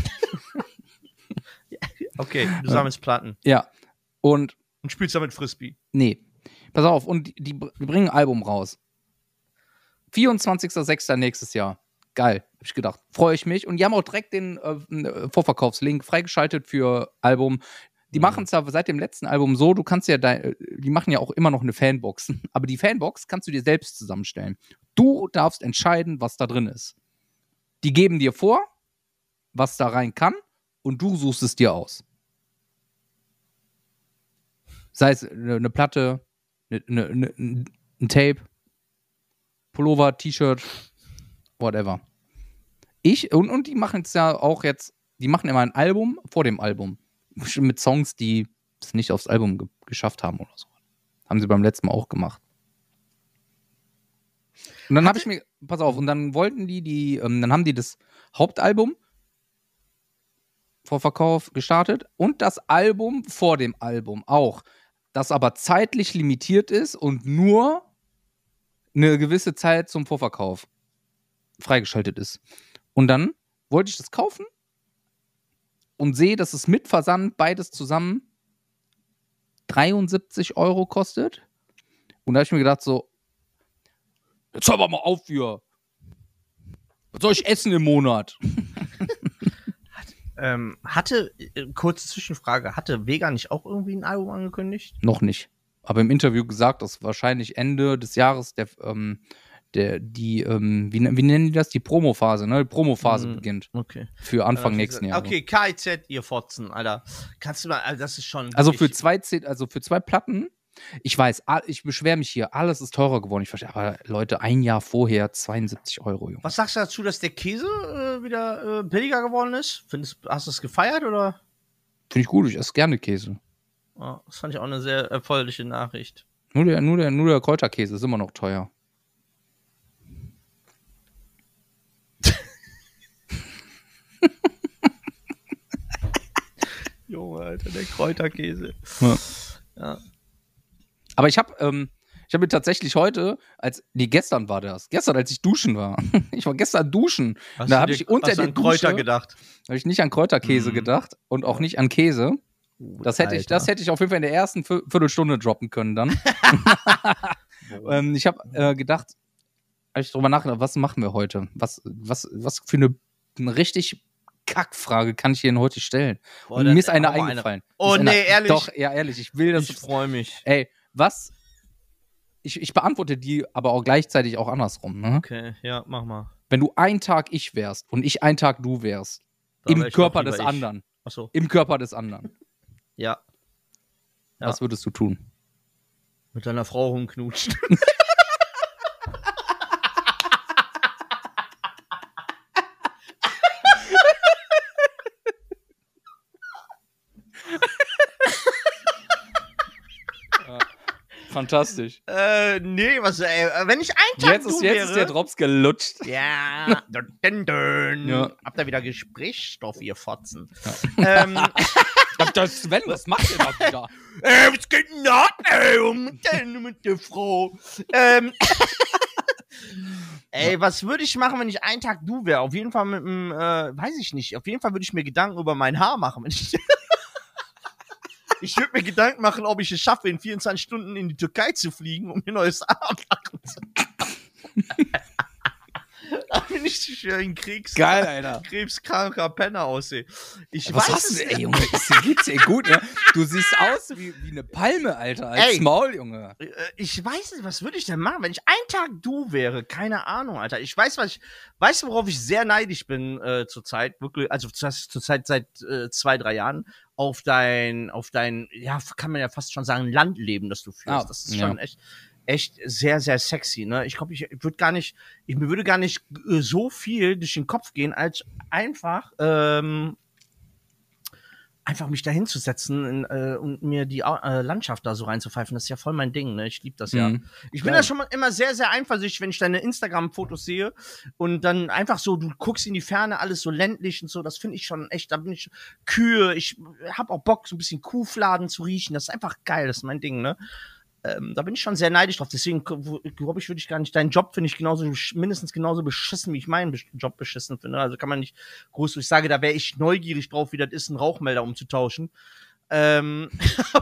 Okay, du sammelst Platten Ja. Und und spielst damit Frisbee. nee. Pass auf, und die, die, die bringen ein Album raus. vierundzwanzigster sechster nächstes Jahr. Geil, hab ich gedacht. Freue ich mich. Und die haben auch direkt den äh, Vorverkaufslink freigeschaltet für Album. Die Mhm. machen es ja seit dem letzten Album so, du kannst ja, dein, die machen ja auch immer noch eine Fanbox. Aber die Fanbox kannst du dir selbst zusammenstellen. Du darfst entscheiden, was da drin ist. Die geben dir vor, was da rein kann, und du suchst es dir aus. Sei es eine, eine Platte, eine, eine, eine, ein Tape, Pullover, T-Shirt, whatever. Ich, und, und die machen es ja auch jetzt, die machen immer ein Album vor dem Album. Mit Songs, die es nicht aufs Album ge geschafft haben oder so. Haben sie beim letzten Mal auch gemacht. Und dann habe ich mir, pass auf, und dann wollten die, die, ähm, dann haben die das Hauptalbum vor Verkauf gestartet und das Album vor dem Album auch, das aber zeitlich limitiert ist und nur eine gewisse Zeit zum Vorverkauf freigeschaltet ist. Und dann wollte ich das kaufen und sehe, dass es mit Versand beides zusammen dreiundsiebzig Euro kostet. Und da habe ich mir gedacht so, jetzt hör mal auf hier. Was soll ich essen im Monat? Ähm, hatte, äh, kurze Zwischenfrage, hatte Vega nicht auch irgendwie ein Album angekündigt? Noch nicht. Aber im Interview gesagt, dass wahrscheinlich Ende des Jahres der, ähm, der, die, ähm, wie, wie nennen die das? Die Promophase, ne? Die Promophase Mhm. beginnt. Okay. Für Anfang Äh, nächsten Jahres. Okay, K I Z, ihr Fotzen, Alter. Kannst du mal, also das ist schon. Also für wirklich- zwei, C- also für zwei Platten, ich weiß, all- ich beschwere mich hier, alles ist teurer geworden. Ich verstehe, aber Leute, ein Jahr vorher zweiundsiebzig Euro, Junge. Was sagst du dazu, dass der Käse äh, wieder äh, billiger geworden ist? Findest, hast du es gefeiert oder? Finde ich gut, ich esse gerne Käse. Oh, das fand ich auch eine sehr erfreuliche Nachricht. Nur der, nur der, nur der Kräuterkäse ist immer noch teuer. Junge, Alter, der Kräuterkäse. Ja. Ja. Aber ich habe ähm, ich habe mir tatsächlich heute, als, nee, gestern war das, gestern, als ich duschen war. Ich war gestern duschen. Hast Da du habe dir- ich unter hast du der an Kräuter Dusche- gedacht. Habe ich nicht an Kräuterkäse Mm. gedacht und auch nicht an Käse. Das hätte, ich, das hätte ich auf jeden Fall in der ersten Vö- Viertelstunde droppen können dann. ähm, ich habe äh, gedacht, als ich drüber nachgedacht, was machen wir heute? Was, was, was für eine, eine richtig Kackfrage kann ich Ihnen heute stellen? Boah, Und dann mir ist eine hau mal eine- eingefallen. Oh, Mir ist eine- nee, ehrlich? Doch, ja, ehrlich, ich will das. Ich freue mich. Ey, was? Ich, ich beantworte die aber auch gleichzeitig auch andersrum. Ne? Okay, ja, mach mal. Wenn du ein Tag ich wärst und ich ein Tag du wärst, Da im wär ich Körper noch des lieber ich. anderen, Achso, im Körper des anderen, ja. Ja. was würdest du tun? Mit deiner Frau rumknutschen. Fantastisch. äh, nee, was, ey, wenn ich ein Tag Jetzt, du ist, jetzt wäre. ist der Drops gelutscht. Ja, dun, dun, dun. Ja. Habt ihr wieder Gesprächsstoff, ihr Fotzen. ähm, Das Sven, was macht ihr da wieder? äh, was geht denn ab, ey, und denn mit der Frau? ähm, ey, was würde ich machen, wenn ich einen Tag du wäre? Auf jeden Fall mit dem, äh, weiß ich nicht, auf jeden Fall würde ich mir Gedanken über mein Haar machen. Wenn ich ich würde mir Gedanken machen, ob ich es schaffe, in vierundzwanzig Stunden in die Türkei zu fliegen, um mir neues Haar machen zu können. Da bin ich schon ein Kriegs Geil, Alter. krebskranker Penner aussehe. Ich Was weiß hast es du, nicht. ey, Junge, es geht's dir gut, ne? Du siehst aus wie, wie eine Palme, Alter, als Ey. Maul, Junge. Äh, Ich weiß nicht, was würde ich denn machen, wenn ich einen Tag du wäre? Keine Ahnung, Alter. Ich weiß, was ich, weißt du, worauf ich sehr neidisch bin äh, zurzeit, wirklich, also zur- zurzeit seit äh, zwei, drei Jahren, auf dein, auf dein, ja, kann man ja fast schon sagen, Landleben, das du führst. Ah, das ist ja. schon echt, echt sehr, sehr sexy, ne? Ich glaube, ich würde gar nicht, ich, mir würde gar nicht äh, so viel durch den Kopf gehen, als einfach, ähm, einfach mich da hinzusetzen in, äh, und mir die äh, Landschaft da so reinzupfeifen, das ist ja voll mein Ding, ne? Ich liebe das ja. Mhm. Ich bin Geil. da schon mal immer sehr, sehr eifersüchtig, wenn ich deine Instagram-Fotos sehe und dann einfach so, du guckst in die Ferne, alles so ländlich und so, das finde ich schon echt, da bin ich Kühe, ich hab auch Bock, so ein bisschen Kuhfladen zu riechen, das ist einfach geil, das ist mein Ding, ne? Ähm, da bin ich schon sehr neidisch drauf, deswegen glaube ich, würde ich gar nicht, deinen Job finde ich genauso, besch- mindestens genauso beschissen, wie ich meinen Besch- Job beschissen finde, also kann man nicht groß, ich sage, da wäre ich neugierig drauf, wie das ist, einen Rauchmelder umzutauschen. Ähm,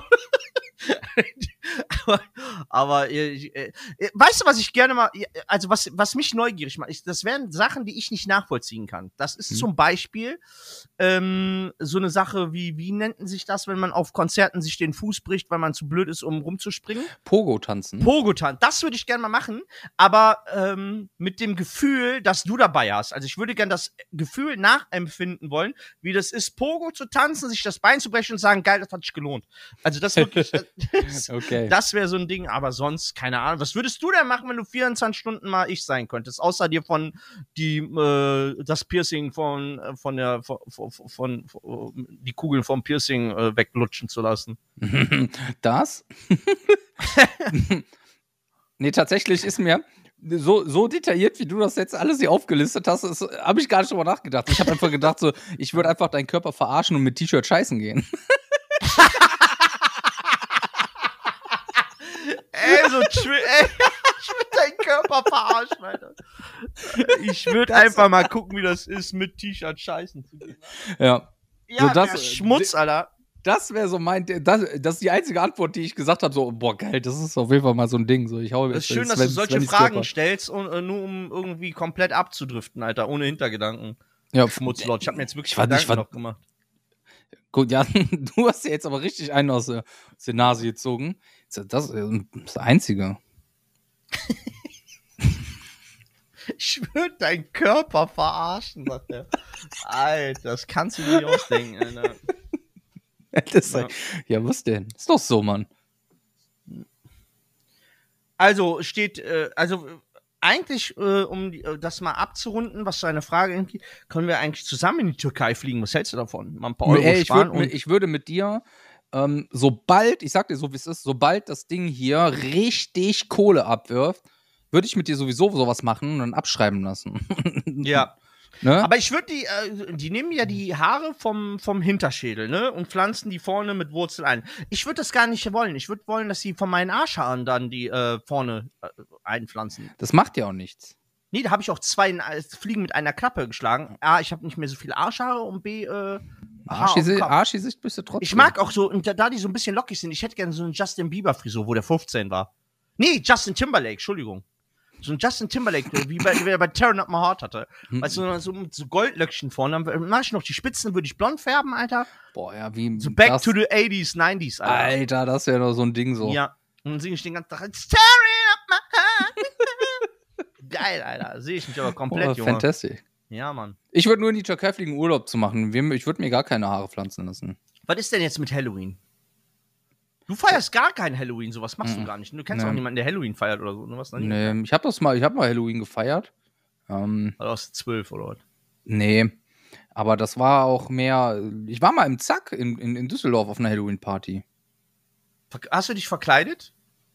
aber, aber äh, äh, weißt du, was ich gerne mal, also was, was mich neugierig macht, ich, das wären Sachen, die ich nicht nachvollziehen kann. Das ist Hm. zum Beispiel ähm, so eine Sache wie, wie nennt sich das, wenn man auf Konzerten sich den Fuß bricht, weil man zu blöd ist, um rumzuspringen? Pogo tanzen. Pogotan, das würde ich gerne mal machen, aber ähm, mit dem Gefühl, dass du dabei hast. Also ich würde gerne das Gefühl nachempfinden wollen, wie das ist, Pogo zu tanzen, sich das Bein zu brechen und sagen, geil, das hat sich gelohnt. Also das wirklich, äh, das, Okay. das wäre so ein Ding, aber sonst, keine Ahnung. Was würdest du denn machen, wenn du vierundzwanzig Stunden mal ich sein könntest, außer dir von die, äh, das Piercing von, äh, von der, von, von, von, von die Kugeln vom Piercing äh, weglutschen zu lassen? Das? Nee, tatsächlich ist mir, so, so detailliert, wie du das jetzt alles hier aufgelistet hast, habe ich gar nicht drüber nachgedacht. Ich habe einfach gedacht, so, ich würde einfach deinen Körper verarschen und mit T-Shirt scheißen gehen. Ey, so tri- ey, ich würde deinen Körper verarschen, Alter. Ich würde einfach mal gucken, wie das ist, mit T-Shirt scheißen zu gehen. Ja. Ja, So, das- der Schmutz, Alter. Das wäre so mein, das, das ist die einzige Antwort, die ich gesagt habe, so, boah, geil, das ist auf jeden Fall mal so ein Ding. So, ich hau Es ist jetzt schön, dass Sven- du solche Svennys Fragen Körper. stellst, und, äh, nur um irgendwie komplett abzudriften, Alter, ohne Hintergedanken. Ja, Schmutzlot. Ich habe mir jetzt wirklich Ich war nicht- Gedanken ich war- noch gemacht. gut, ja, du hast ja jetzt aber richtig einen aus der, aus der Nase gezogen. Das, das ist das Einzige. Ich würde deinen Körper verarschen, sagt er. Alter, das kannst du dir nicht ausdenken, Alter. Das Ja. ja. ja, was denn? Ist doch so, Mann. Also steht, äh, also äh, eigentlich, äh, um die, äh, das mal abzurunden, was deine Frage angeht, können wir eigentlich zusammen in die Türkei fliegen. Was hältst du davon? Mal ein paar Euro Ey, ich, sparen würd, mit- ich würde mit dir, ähm, sobald, ich sag dir so, wie es ist, sobald das Ding hier richtig Kohle abwirft, würde ich mit dir sowieso sowas machen und dann abschreiben lassen. ja. Ne? Aber ich würde die, äh, die nehmen ja die Haare vom, vom Hinterschädel, ne? Und pflanzen die vorne mit Wurzel ein. Ich würde das gar nicht wollen. Ich würde wollen, dass sie von meinen Arschhaaren dann die äh, vorne äh, einpflanzen. Das macht ja auch nichts. Nee, da habe ich auch zwei äh, Fliegen mit einer Klappe geschlagen. A, ich habe nicht mehr so viele Arschhaare und B, äh, Haar auf dem Arschgesicht, Kopf. Arschgesicht bist du trotzdem. Ich mag auch so, und da, da die so ein bisschen lockig sind, ich hätte gerne so einen Justin Bieber-Frisur, wo der fünfzehn war. Nee, Justin Timberlake, Entschuldigung. So ein Justin Timberlake, wie, bei, wie er bei Tearing Up My Heart hatte. Hm. Weißt du, so mit so Goldlöckchen vorne. Dann mach ich noch die Spitzen, würde ich blond färben, Alter. Boah, ja, wie. So back das, to the eighties, nineties, Alter. Alter, das wäre doch so ein Ding so. Ja. Und dann singe ich den ganzen Tag, It's tearing up my heart. Geil, Alter. Sehe ich mich aber komplett, Oh, Junge. fantastisch. Ja, Mann. Ich würde nur in die Türkei fliegen, Urlaub zu machen. Wir- Ich würde mir gar keine Haare pflanzen lassen. Was ist denn jetzt mit Halloween? Du feierst gar kein Halloween, sowas machst Mhm. du gar nicht. Du kennst Nee. auch niemanden, der Halloween feiert oder so. Ne? Was noch nie? Nee, ich habe das mal, ich habe mal Halloween gefeiert. Ähm, Oder aus zwölf oder was? nee, aber das war auch mehr. Ich war mal im Zack in, in, in Düsseldorf auf einer Halloween-Party. Ver- Hast du dich verkleidet?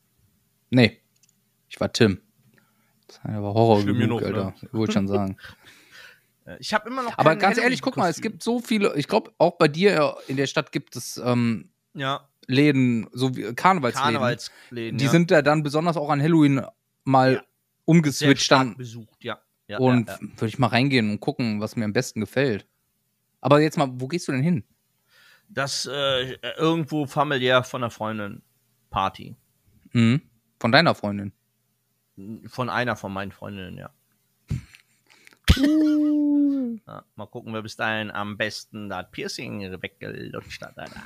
Nee, ich war Tim. Das war Horror Schlimm genug, genug, ne? Alter. Wollte ich schon sagen. Äh, Ich habe immer noch Aber kein ganz ehrlich, guck mal, es Halloween-Kostüm. gibt so viele. Ich glaube, auch bei dir in der Stadt gibt es ähm, Ja, Läden, so wie Karnevalsläden. Karnevalsläden. Die ja. sind ja dann besonders auch an Halloween mal Ja. sehr umgeswitcht stark dann. besucht, ja. ja Und ja, ja. würde ich mal reingehen und gucken, was mir am besten gefällt. Aber jetzt mal, wo gehst du denn hin? Das äh, irgendwo familiär von einer Freundin Party. Mhm. Von deiner Freundin. Von einer von meinen Freundinnen, ja. Ja, mal gucken, wer bis dahin am besten das Piercing weggelutscht hat, Alter.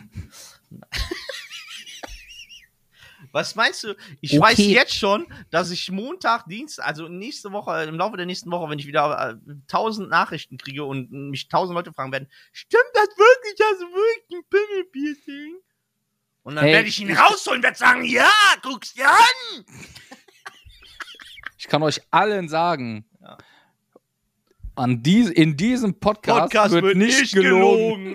Was meinst du? Ich Okay. weiß jetzt schon, dass ich Montag, Dienstag, also nächste Woche, im Laufe der nächsten Woche, wenn ich wieder äh, tausend Nachrichten kriege und mich tausend Leute fragen werden, stimmt das wirklich? Hast du wirklich ein Pimmelpiercing? Und dann Hey, werde ich ihn ich- rausholen und werde sagen, ja, guck's dir an! Ich kann euch allen sagen, Ja. an dies, in diesem Podcast, wird, nicht gelogen.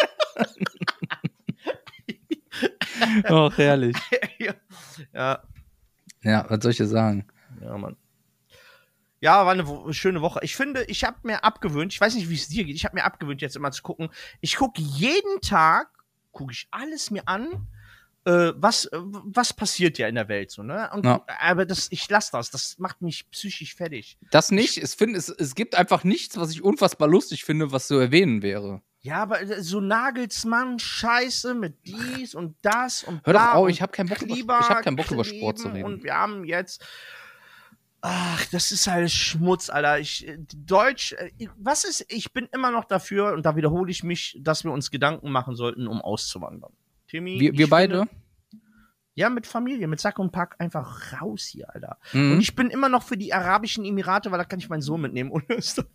Ach, herrlich. ja, Ja, was soll ich dir sagen? ja, Mann. Ja, war eine wo- schöne Woche. Ich finde, ich habe mir abgewöhnt, ich weiß nicht, wie es dir geht, ich habe mir abgewöhnt, jetzt immer zu gucken. Ich gucke jeden Tag, gucke ich alles mir an, äh, was, äh, was passiert ja in der Welt so, ne? Und, Ja. Aber das, ich lasse das, das macht mich psychisch fertig. Das nicht. Es, find, es, es gibt einfach nichts, was ich unfassbar lustig finde, was zu erwähnen wäre. Ja, aber äh, so Nagelsmann, Scheiße mit dies und das und Hör doch bla auf, und ich habe keinen Bock über- Kleber, ich hab keinen Bock über Sport zu kleben reden. Und wir haben jetzt. Ach, das ist halt Schmutz, Alter. Ich, äh, Deutsch, äh, was ist, ich bin immer noch dafür, und da wiederhole ich mich, dass wir uns Gedanken machen sollten, um auszuwandern. Timmy, Wir, wir ich beide. Finde, ja, mit Familie, mit Sack und Pack einfach raus hier, Alter. Mhm. Und ich bin immer noch für die Arabischen Emirate, weil da kann ich meinen Sohn mitnehmen. Und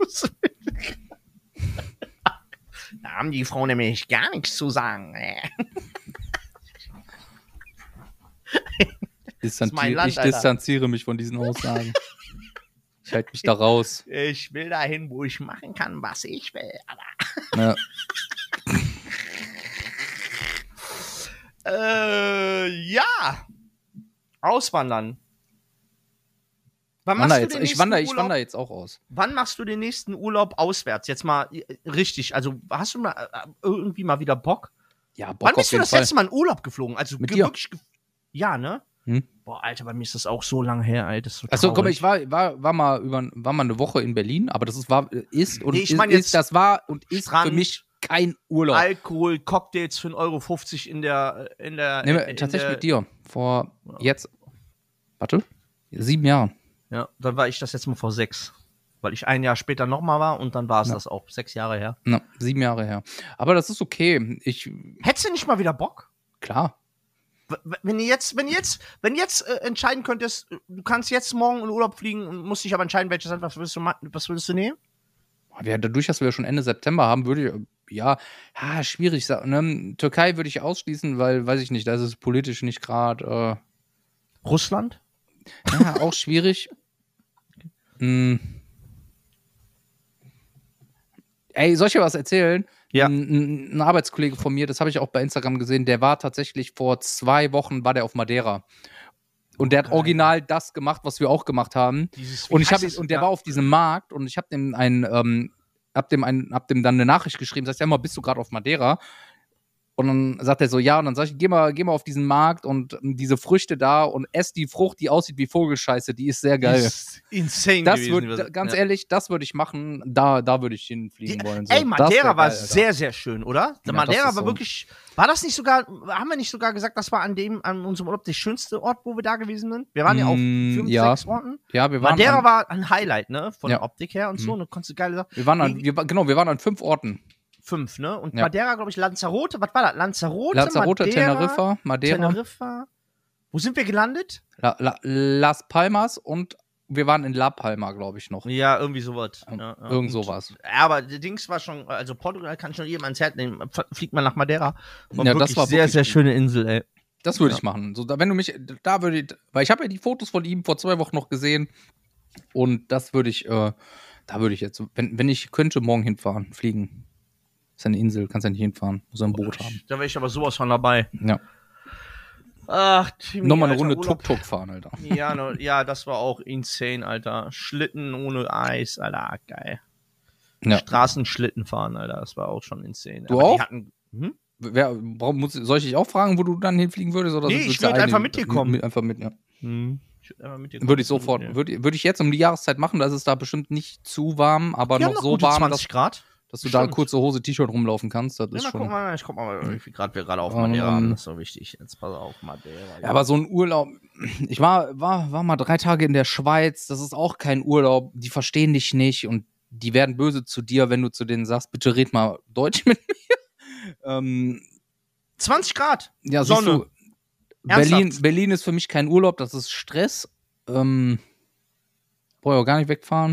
da haben die Frauen nämlich gar nichts zu sagen. Distanziere, mein Land, ich Alter. distanziere mich von diesen Aussagen. Ich halte mich da raus. Ich will dahin, wo ich machen kann, was ich will. Alter. Ja. Äh, ja. Auswandern. Wann Wander machst du jetzt, den ich, nächsten wandere, ich Urlaub? wandere jetzt auch aus. Wann machst du den nächsten Urlaub auswärts? Jetzt mal äh, richtig. Also hast du mal äh, irgendwie mal wieder Bock? Ja, Bock Wann auf bist du jeden das Fall. letzte Mal in Urlaub geflogen? Also Mit ge- dir. wirklich. Ge- ja, ne? Hm? Boah, Alter, bei mir ist das auch so lange her, Alter. Das ist so Achso, guck mal, traurig. ich war, war, war, mal über, war mal eine Woche in Berlin, aber das ist, war, ist und Nee, ich ist, mein ist, jetzt das war und ist Strand, für mich kein Urlaub. Alkohol, Cocktails für einen Euro fünfzig in der. In der Nee, in tatsächlich der, mit dir. Vor jetzt, warte, sieben Jahren. Ja, dann war ich das jetzt mal vor sechs. Weil ich ein Jahr später nochmal war und dann war es Ja. das auch. Sechs Jahre her. Na, sieben Jahre her. Aber das ist okay. Ich, Hättest du nicht mal wieder Bock? klar. W- Wenn ihr jetzt, wenn ihr jetzt, wenn ihr jetzt äh, entscheiden könntest, du kannst jetzt morgen in Urlaub fliegen und musst dich aber entscheiden, welches Land, was willst du, ma- was willst du nehmen? Ja, dadurch, dass wir schon Ende September haben, würde ich, ja, ja schwierig sagen. Ne? Türkei würde ich ausschließen, weil, weiß ich nicht, da ist es politisch nicht gerade, Russland? äh, ja, auch schwierig. Hm. Ey, soll ich dir was erzählen? Ja. Ein, ein Arbeitskollege von mir, das habe ich auch bei Instagram gesehen, der war tatsächlich vor zwei Wochen, war der auf Madeira. Und der hat Geil. original das gemacht, was wir auch gemacht haben. Dieses, wie Und ich heißt habe das? und der Ja. war auf diesem Markt und ich habe dem ein ähm, hab dem ein, hab dem dann eine Nachricht geschrieben, sag ich, ja mal, bist du gerade auf Madeira? Und dann sagt er so, ja, und dann sag ich, geh mal, geh mal auf diesen Markt und ähm, diese Früchte da und ess die Frucht, die aussieht wie Vogelscheiße, die ist sehr geil. Ist insane Das gewesen. würd, was- ganz ja. ehrlich, das würde ich machen, da, da würde ich hinfliegen Die- wollen. So. Ey, Das Madeira wär war geil, Alter. sehr, sehr schön, oder? Ja, Madeira das ist war so. wirklich. War das nicht sogar, haben wir nicht sogar gesagt, das war an dem, an unserem Urlaub der schönste Ort, wo wir da gewesen sind? Wir waren ja auf Mm, fünf, ja. sechs Orten. Ja, wir waren Madeira an, war ein Highlight, ne? Von Ja. der Optik her und so. Und konntest du geile Sachen. wir waren an, wir, war- genau, wir waren an fünf Orten. Fünf, ne? Und Ja. Madeira, glaube ich, Lanzarote. Was war das? Lanzarote, Lanzarote, Madeira, Teneriffa, Madeira, Teneriffa. Wo sind wir gelandet? La, La, Las Palmas und wir waren in La Palma, glaube ich, noch. Ja, irgendwie sowas. Ja, ja. Irgend Und- sowas. Ja, aber der Dings war schon, also Portugal kann ich schon jedem ans Herz nehmen. F- Fliegt mal nach Madeira. War Ja, das wirklich war sehr, wirklich sehr gut. schöne Insel, ey. Das würde Ja. ich machen. So, da, wenn du mich, da würde ich, weil ich habe ja die Fotos von ihm vor zwei Wochen noch gesehen und das würde ich, äh, da würde ich jetzt, wenn, wenn ich könnte, morgen hinfahren, fliegen. Ist ja eine Insel, kannst ja nicht hinfahren, muss ein Boot haben. Da wäre ich aber sowas von dabei. Ja. Ach, Timmy, Nochmal eine Alter, Runde Urlaub. Tuk-Tuk fahren, Alter. Ja, no, ja, das war auch insane, Alter. Schlitten ohne Eis, Alter, geil. Ja. Straßenschlitten fahren, Alter, das war auch schon insane. Du aber auch? Die hatten, hm? Wer, warum muss, soll ich dich auch fragen, wo du dann hinfliegen würdest? Oder Nee, willst ich du würd eine- einfach mit dir kommen. Mit, einfach mit, ja. Hm. Ich würd einfach mit dir Würde ich kommen. sofort, Ja. würde würd ich jetzt um die Jahreszeit machen, da ist es da bestimmt nicht zu warm, aber Wir haben noch noch so gute warm, dass, zwanzig Grad. dass du da Bestimmt. kurze Hose, T-Shirt rumlaufen kannst. Das Ja, ist mal schon. guck mal, ich guck mal, wie viel Grad wir gerade auf Ähm, Madeira haben. Das ist so wichtig. Jetzt pass auf, Madeira. Ja, aber so ein Urlaub, ich war, war, war mal drei Tage in der Schweiz, das ist auch kein Urlaub, die verstehen dich nicht und die werden böse zu dir, wenn du zu denen sagst, bitte red mal Deutsch mit mir. ähm, zwanzig Grad. ja, siehst Sonne. du, Berlin, Ernsthaft? Berlin ist für mich kein Urlaub, das ist Stress. Ähm, brauche ich auch gar nicht wegfahren.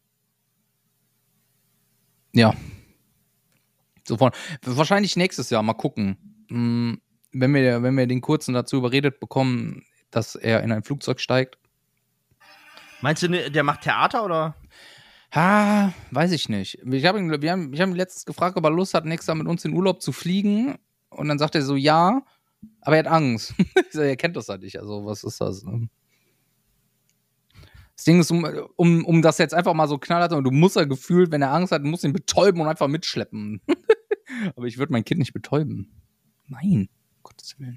Ja. Sofort. Wahrscheinlich nächstes Jahr, mal gucken. Hm, wenn wir, wenn wir den Kurzen dazu überredet bekommen, dass er in ein Flugzeug steigt. Meinst du, ne, der macht Theater oder? Ha, weiß ich nicht. Ich habe ihn, wir haben, ich habe ihn letztens gefragt, ob er Lust hat, nächstes Jahr mit uns in Urlaub zu fliegen. Und dann sagt er so, ja, aber er hat Angst. Ich sag, er kennt das halt nicht. Also, was ist das? ne? Das Ding ist, um, um, um das jetzt einfach mal so knallhart, du musst ja gefühlt, wenn er Angst hat, musst du ihn betäuben und einfach mitschleppen. Aber ich würde mein Kind nicht betäuben. Nein, um Gottes Willen.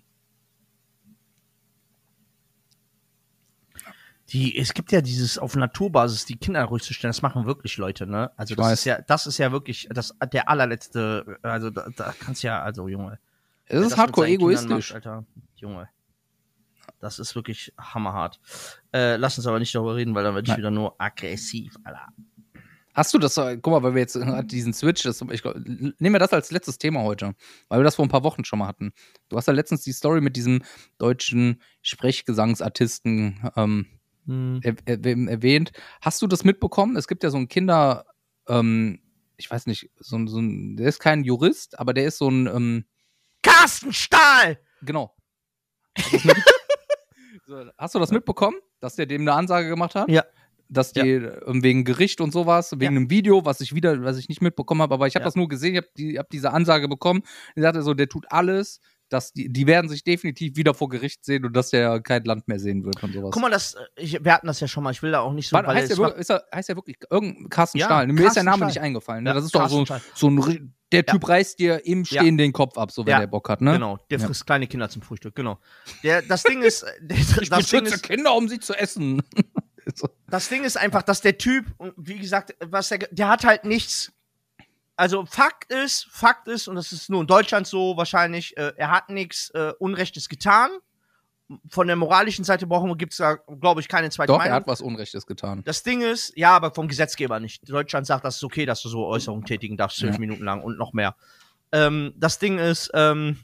Die, es gibt ja dieses auf Naturbasis, die Kinder ruhig zu stellen, das machen wirklich Leute, ne? Also Ich das weiß. ist ja, das ist ja wirklich das der allerletzte, also da, da kannst ja, also Junge. Es wer ist das hardcore mit seinen Kindern egoistisch. Macht, Alter, Junge. Das ist wirklich hammerhart. Äh, lass uns aber nicht darüber reden, weil dann werde ich Nein. wieder nur aggressiv, Alter. Hast du das, äh, guck mal, weil wir jetzt äh, diesen Switch, das, ich glaub, nehmen wir das als letztes Thema heute, weil wir das vor ein paar Wochen schon mal hatten. Du hast ja letztens die Story mit diesem deutschen Sprechgesangsartisten ähm, Hm. er, er, erwähnt. Hast du das mitbekommen? Es gibt ja so einen Kinder, ähm, ich weiß nicht, so, ein- so ein, der ist kein Jurist, aber der ist so ein, ähm, Carsten Stahl! genau. Hast du das mit- so, hast du das mitbekommen, dass der dem eine Ansage gemacht hat? Ja. Dass die ähm, wegen Gericht und sowas, wegen Ja. einem Video, was ich wieder, was ich nicht mitbekommen habe, aber ich habe Ja. das nur gesehen, ich habe die, hab diese Ansage bekommen. Die sagte so, der tut alles, dass die, die werden sich definitiv wieder vor Gericht sehen und dass der kein Land mehr sehen wird und sowas. Guck mal, das, ich, wir hatten das ja schon mal, ich will da auch nicht so... Warte, weil heißt, es der, war- wirklich- ist er, heißt der wirklich irgendein Carsten Ja, Stahl? Mir ist Carsten der Name Stahl. nicht eingefallen. Ne? Ja, Das ist doch so, Carsten Stahl. so ein, ri- der Typ reißt dir im Stehen den Kopf ab, so wenn Ja, der Bock hat, ne? Genau, der Ja. frisst kleine Kinder zum Frühstück, genau. Der, das Ding ist, der, Ich das, Ding beschütze ist Kinder, um sie zu essen. So. das Ding ist einfach, dass der Typ, und wie gesagt, was der, der hat halt nichts. Also Fakt ist, Fakt ist, und das ist nur in Deutschland so wahrscheinlich, äh, er hat nichts äh, Unrechtes getan. Von der moralischen Seite brauchen wir, gibt's da, glaube ich, keine zweite Doch, Meinung. er hat was Unrechtes getan. Das Ding ist, ja, aber vom Gesetzgeber nicht. Deutschland sagt, das ist okay, dass du so Äußerungen tätigen darfst, zwölf Ja. Minuten lang und noch mehr. Ähm, das Ding ist, ähm,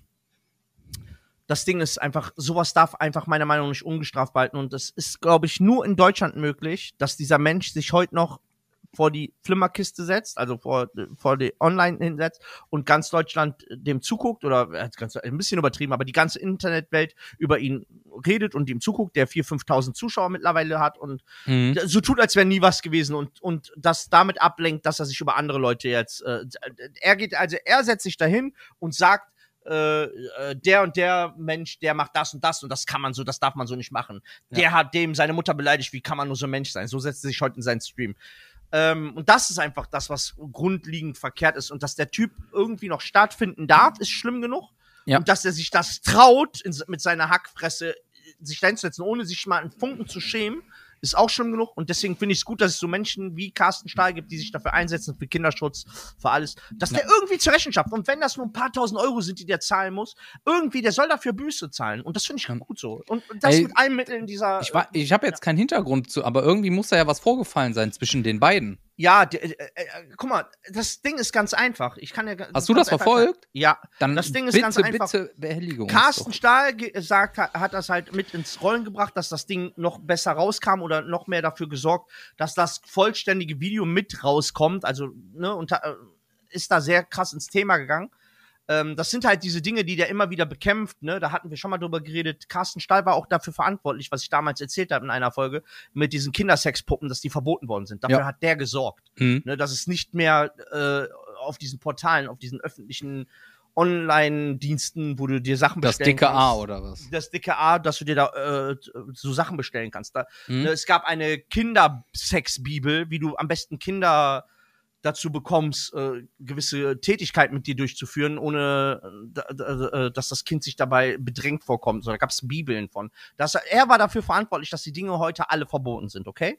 das Ding ist einfach, sowas darf einfach meiner Meinung nach nicht ungestraft behalten. Und das ist, glaube ich, nur in Deutschland möglich, dass dieser Mensch sich heute noch vor die Flimmerkiste setzt, also vor, vor die Online hinsetzt und ganz Deutschland dem zuguckt, oder äh, ganz, ein bisschen übertrieben, aber die ganze Internetwelt über ihn redet und ihm zuguckt, der viertausend, fünftausend Zuschauer mittlerweile hat und Mhm. so tut, als wäre nie was gewesen und, und das damit ablenkt, dass er sich über andere Leute jetzt, äh, er geht, also er setzt sich dahin und sagt, äh, äh, der und der Mensch, der macht das und das und das kann man so, das darf man so nicht machen. Ja. Der hat dem seine Mutter beleidigt, wie kann man nur so ein Mensch sein? So setzt er sich heute in seinen Stream. Ähm, und das ist einfach das, was grundlegend verkehrt ist. Und dass der Typ irgendwie noch stattfinden darf, ist schlimm genug. Ja. Und dass er sich das traut, in, mit seiner Hackfresse sich reinzusetzen, ohne sich mal einen Funken zu schämen, ist auch schlimm genug. Und deswegen finde ich es gut, dass es so Menschen wie Carsten Stahl gibt, die sich dafür einsetzen, für Kinderschutz, für alles. Dass der irgendwie zur Rechenschaft, und wenn das nur ein paar tausend Euro sind, die der zahlen muss, irgendwie, der soll dafür Büße zahlen. Und das finde ich Ja. gut so. Und, und das Ey, mit allen Mitteln dieser... Ich, wa- ich habe jetzt keinen Hintergrund zu, aber irgendwie muss da ja was vorgefallen sein zwischen den beiden. Ja, der, äh, äh, guck mal, das Ding ist ganz einfach. Ich kann ja, Hast du das ganz einfach- verfolgt? Ja. Dann Das Ding ist bitte, ganz einfach. bitte Behelligung. uns Carsten doch. Stahl ge- sagt, hat, hat das halt mit ins Rollen gebracht, dass das Ding noch besser rauskam oder noch mehr dafür gesorgt, dass das vollständige Video mit rauskommt. Also, ne, und äh, ist da sehr krass ins Thema gegangen. Ähm, das sind halt diese Dinge, die der immer wieder bekämpft, ne? Da hatten wir schon mal drüber geredet. Carsten Stahl war auch dafür verantwortlich, was ich damals erzählt habe in einer Folge, mit diesen Kindersexpuppen, dass die verboten worden sind. Dafür Ja. hat der gesorgt. Mhm. Ne, dass es nicht mehr äh, auf diesen Portalen, auf diesen öffentlichen Online-Diensten, wo du dir Sachen Das bestellen dicke kannst. A oder was? Das dicke A, dass du dir da äh, so Sachen bestellen kannst. Da, Mhm. ne, es gab eine Kindersex-Bibel, wie du am besten Kinder dazu bekommst, äh, gewisse Tätigkeiten mit dir durchzuführen, ohne äh, da, da, äh, dass das Kind sich dabei bedrängt vorkommt. So, da gab es Bibeln von. Das, er war dafür verantwortlich, dass die Dinge heute alle verboten sind, okay?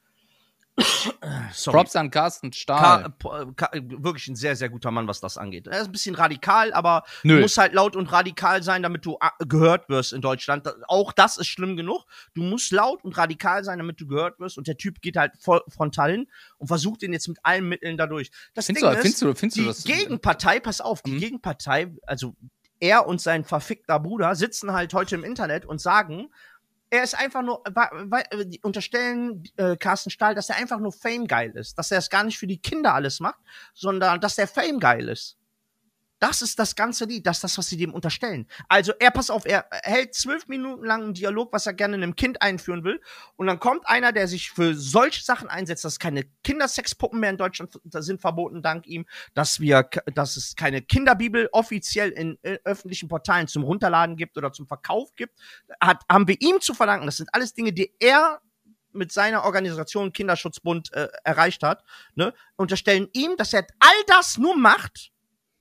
Sorry. Props an Carsten Stahl. Ka Ka wirklich ein sehr, sehr guter Mann, was das angeht. Er ist ein bisschen radikal, aber Nö. du musst halt laut und radikal sein, damit du äh, gehört wirst in Deutschland. Da- Auch das ist schlimm genug. Du musst laut und radikal sein, damit du gehört wirst. Und der Typ geht halt voll frontal hin und versucht den jetzt mit allen Mitteln dadurch. Das Findest Ding du- ist, findest du- findest du die das- Gegenpartei, pass auf, die Mhm. Gegenpartei, also er und sein verfickter Bruder sitzen halt heute im Internet und sagen, er ist einfach nur, wa- wa- die unterstellen äh, Carsten Stahl, dass er einfach nur Fame geil ist. Dass er es gar nicht für die Kinder alles macht, sondern dass er Fame geil ist. Das ist das ganze Lied, das ist das, was sie dem unterstellen. Also er, pass auf, er hält zwölf Minuten lang einen Dialog, was er gerne einem Kind einführen will. Und dann kommt einer, der sich für solche Sachen einsetzt, dass keine Kindersexpuppen mehr in Deutschland f- sind verboten, dank ihm, dass wir, k- dass es keine Kinderbibel offiziell in äh, öffentlichen Portalen zum Runterladen gibt oder zum Verkauf gibt, hat, haben wir ihm zu verdanken. Das sind alles Dinge, die er mit seiner Organisation Kinderschutzbund äh, erreicht hat, ne? Unterstellen ihm, dass er all das nur macht,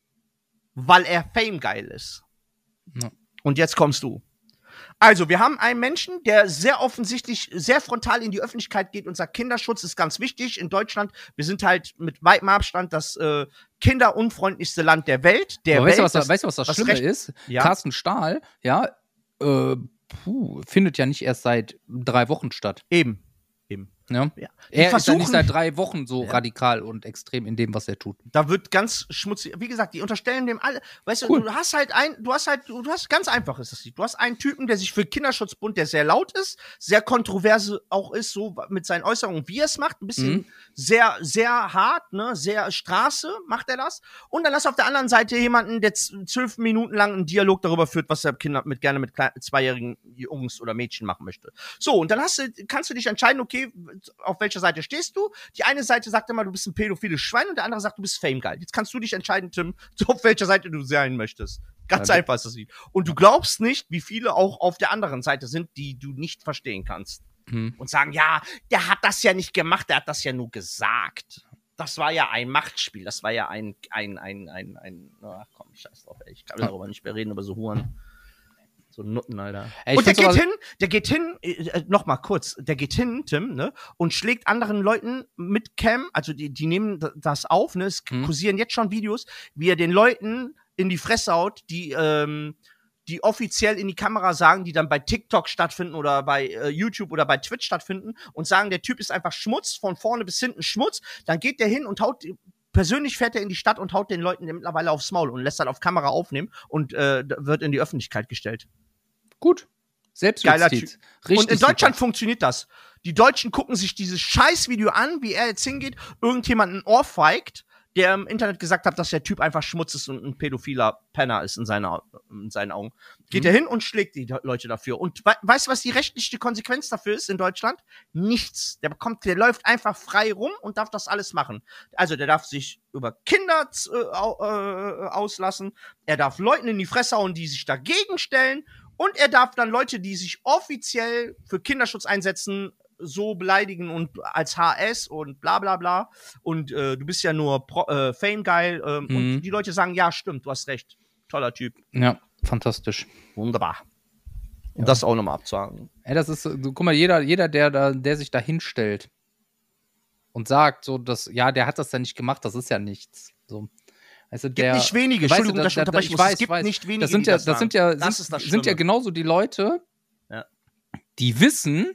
weil er Fame geil ist. Ja. Und jetzt kommst du. Also, wir haben einen Menschen, der sehr offensichtlich sehr frontal in die Öffentlichkeit geht und sagt, Kinderschutz ist ganz wichtig in Deutschland. Wir sind halt mit weitem Abstand das äh, kinderunfreundlichste Land der Welt. Der Aber Welt weißt, du, was, das, weißt du, was das was Schlimme recht- ist? Ja. Carsten Stahl, ja, äh, puh, findet ja nicht erst seit drei Wochen statt. Eben. Eben. Ja? Ja. Die Er ist ja nicht versuchen- seit drei Wochen so Ja. radikal und extrem in dem, was er tut. Da wird ganz schmutzig. Wie gesagt, die unterstellen dem alle. Weißt Cool. du, du hast halt ein, du hast halt, du, du hast ganz einfach ist das. Du hast einen Typen, der sich für Kinderschutzbund, der sehr laut ist, sehr kontroverse auch ist, so mit seinen Äußerungen, wie er es macht, ein bisschen Mhm. sehr, sehr hart, ne, sehr Straße macht er das. Und dann hast du auf der anderen Seite jemanden, der z- zwölf Minuten lang einen Dialog darüber führt, was er Kinder mit gerne mit klei- zweijährigen Jungs oder Mädchen machen möchte. So, und dann hast du, kannst du dich entscheiden, okay, auf welcher Seite stehst du? Die eine Seite sagt immer, du bist ein pädophiles Schwein und der andere sagt, du bist famegeil. Jetzt kannst du dich entscheiden, Tim, auf welcher Seite du sein möchtest. Ganz Ja, einfach ist das Lied. Und du glaubst nicht, wie viele auch auf der anderen Seite sind, die du nicht verstehen kannst. Hm. Und sagen, ja, der hat das ja nicht gemacht, der hat das ja nur gesagt. Das war ja ein Machtspiel, das war ja ein, ein, ein, ein, ein, ach komm, scheiß drauf, ey. Ich kann darüber nicht mehr reden, über so Huren. So Nutten, Alter. Ey, ich und der find's geht aber- hin, der geht hin, äh, noch mal kurz, der geht hin, Tim, ne, und schlägt anderen Leuten mit Cam, also die, die nehmen d- das auf, ne, es Mhm. kursieren jetzt schon Videos, wie er den Leuten in die Fresse haut, die, ähm, die offiziell in die Kamera sagen, die dann bei TikTok stattfinden oder bei äh, YouTube oder bei Twitch stattfinden und sagen, der Typ ist einfach Schmutz, von vorne bis hinten Schmutz, dann geht der hin und haut, persönlich fährt er in die Stadt und haut den Leuten mittlerweile aufs Maul und lässt dann auf Kamera aufnehmen und äh, wird in die Öffentlichkeit gestellt. Gut. Geiler Selbstjustiz. Typ. Richtig Und in Deutschland super. funktioniert das. Die Deutschen gucken sich dieses Scheißvideo an, wie er jetzt hingeht, irgendjemanden ohrfeigt, der im Internet gesagt hat, dass der Typ einfach Schmutz ist und ein pädophiler Penner ist in, seiner, in seinen Augen. Geht Mhm. er hin und schlägt die Leute dafür. Und we weißt du, was die rechtliche Konsequenz dafür ist in Deutschland? Nichts. Der bekommt, der läuft einfach frei rum und darf das alles machen. Also der darf sich über Kinder äh, au- äh, auslassen, er darf Leuten in die Fresse hauen, die sich dagegen stellen, und er darf dann Leute, die sich offiziell für Kinderschutz einsetzen, so beleidigen und als H S und bla bla bla. Und äh, du bist ja nur Pro äh, Fame-geil. Ähm, Mhm. Und die Leute sagen, ja, stimmt, du hast recht. Toller Typ. Ja, fantastisch. Wunderbar. Um das auch nochmal abzuhaken. Ey, das ist, so, guck mal, jeder, jeder der, da, der sich da hinstellt und sagt, so, dass, ja, der hat das ja nicht gemacht, das ist ja nichts. So. Weißt du, Gibt der, nicht wenige, weißt du, Entschuldigung, dass ich unterbrechen ich muss, weiß, es gibt weiß. nicht wenige, das sind die ja, das das sind ja, Das sind, ist das sind ja Schlimme. genauso die Leute, Ja. die wissen,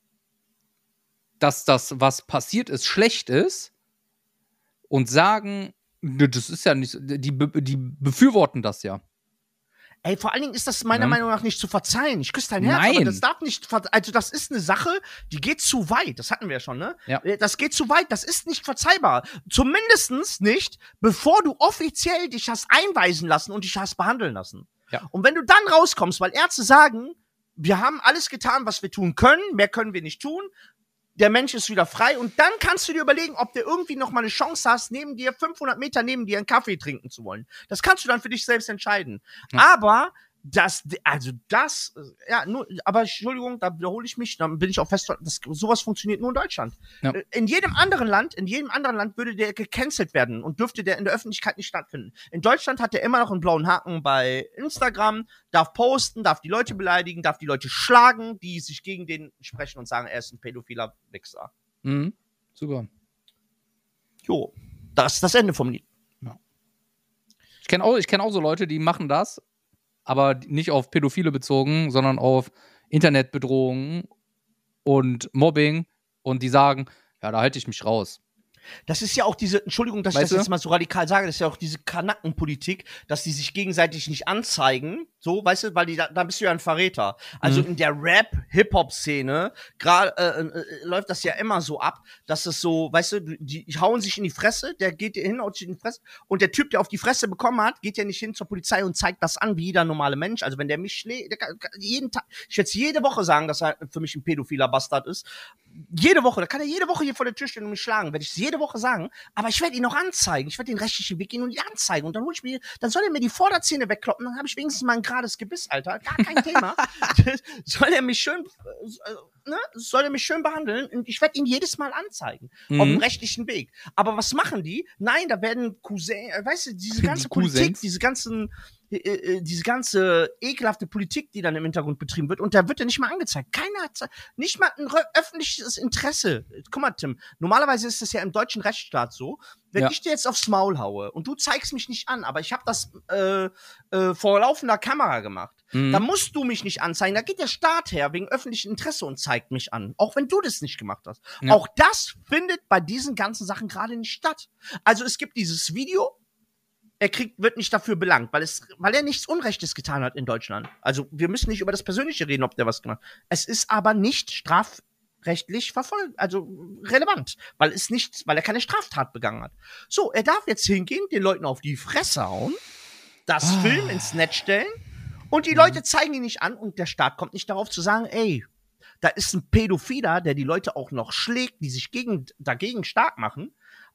dass das, was passiert ist, schlecht ist und sagen, "Nö, das ist ja nicht, die, be- die befürworten das ja. Ey, vor allen Dingen ist das meiner Ja. Meinung nach nicht zu verzeihen. Ich küsse dein Herz, aber Nein. das darf nicht, ver also das ist eine Sache, die geht zu weit. Das hatten wir ja schon, ne? Ja. Das geht zu weit, das ist nicht verzeihbar. Zumindestens nicht, bevor du offiziell dich hast einweisen lassen und dich hast behandeln lassen. Ja. Und wenn du dann rauskommst, weil Ärzte sagen, wir haben alles getan, was wir tun können, mehr können wir nicht tun, der Mensch ist wieder frei, und dann kannst du dir überlegen, ob du irgendwie noch mal eine Chance hast, neben dir, fünfhundert Meter neben dir einen Kaffee trinken zu wollen. Das kannst du dann für dich selbst entscheiden. Ja. Aber das, also das, äh, ja, nur, aber Entschuldigung, da wiederhole ich mich, dann bin ich auch fest, das, sowas funktioniert nur in Deutschland. Ja. Äh, In jedem anderen Land, in jedem anderen Land würde der gecancelt werden und dürfte der in der Öffentlichkeit nicht stattfinden. In Deutschland hat er immer noch einen blauen Haken bei Instagram, darf posten, darf die Leute beleidigen, darf die Leute schlagen, die sich gegen den sprechen und sagen, er ist ein pädophiler Wichser. Mhm. Super. Jo, das ist das Ende vom Lied. Ich kenne auch, ich kenn auch so Leute, die machen das, aber nicht auf Pädophile bezogen, sondern auf Internetbedrohungen und Mobbing, und die sagen, ja, da halte ich mich raus. Das ist ja auch diese, Entschuldigung, dass ich Weißt das du? jetzt mal so radikal sage, das ist ja auch diese Kanackenpolitik, dass die sich gegenseitig nicht anzeigen, so, weißt du, weil die, da, da bist du ja ein Verräter. Also Mhm. in der Rap-Hip-Hop-Szene gerade äh, äh, läuft das ja immer so ab, dass es so, weißt du, die, die hauen sich in die Fresse, der geht hin, haut sich in die Fresse, und der Typ, der auf die Fresse bekommen hat, geht ja nicht hin zur Polizei und zeigt das an, wie jeder normale Mensch. Also wenn der mich schlägt, der kann, kann jeden Tag, ich werde jede Woche sagen, dass er für mich ein pädophiler Bastard ist. Jede Woche, da kann er jede Woche hier vor der Tür stehen und mich schlagen, werde ich jede Woche sagen, aber ich werde ihn noch anzeigen, ich werde den rechtlichen Weg gehen und ihn anzeigen, und dann hol ich mir, dann soll er mir die Vorderzähne wegkloppen, dann habe ich wenigstens mal ein gerades Gebiss, Alter, gar kein Thema. Soll er mich schön, äh, ne, soll er mich schön behandeln, und ich werde ihn jedes Mal anzeigen, Mhm. auf dem rechtlichen Weg. Aber was machen die? Nein, da werden Cousin, äh, weißt du, diese Die ganze Cousins. Politik, diese ganzen äh, äh, diese ganze ekelhafte Politik, die dann im Hintergrund betrieben wird, und da wird er nicht mal angezeigt. Keiner hat, nicht mal ein öffentliches Interesse. Guck mal, Tim, normalerweise ist es ja im deutschen Rechtsstaat so, wenn Ja. ich dir jetzt aufs Maul haue und du zeigst mich nicht an, aber ich habe das äh, äh, vor laufender Kamera gemacht, Mhm. dann musst du mich nicht anzeigen. Da geht der Staat her wegen öffentlichem Interesse und zeigt mich an, auch wenn du das nicht gemacht hast. Ja. Auch das findet bei diesen ganzen Sachen gerade nicht statt. Also es gibt dieses Video, er kriegt, wird nicht dafür belangt, weil es, weil er nichts Unrechtes getan hat in Deutschland. Also wir müssen nicht über das Persönliche reden, ob der was gemacht hat. Es ist aber nicht strafrechtlich verfolgt, also relevant, weil es nicht, weil er keine Straftat begangen hat. So, er darf jetzt hingehen, den Leuten auf die Fresse hauen, das Ah. Film ins Netz stellen, und die Leute zeigen ihn nicht an, und der Staat kommt nicht darauf zu sagen, ey, da ist ein Pädophiler, der die Leute auch noch schlägt, die sich gegen, dagegen stark machen.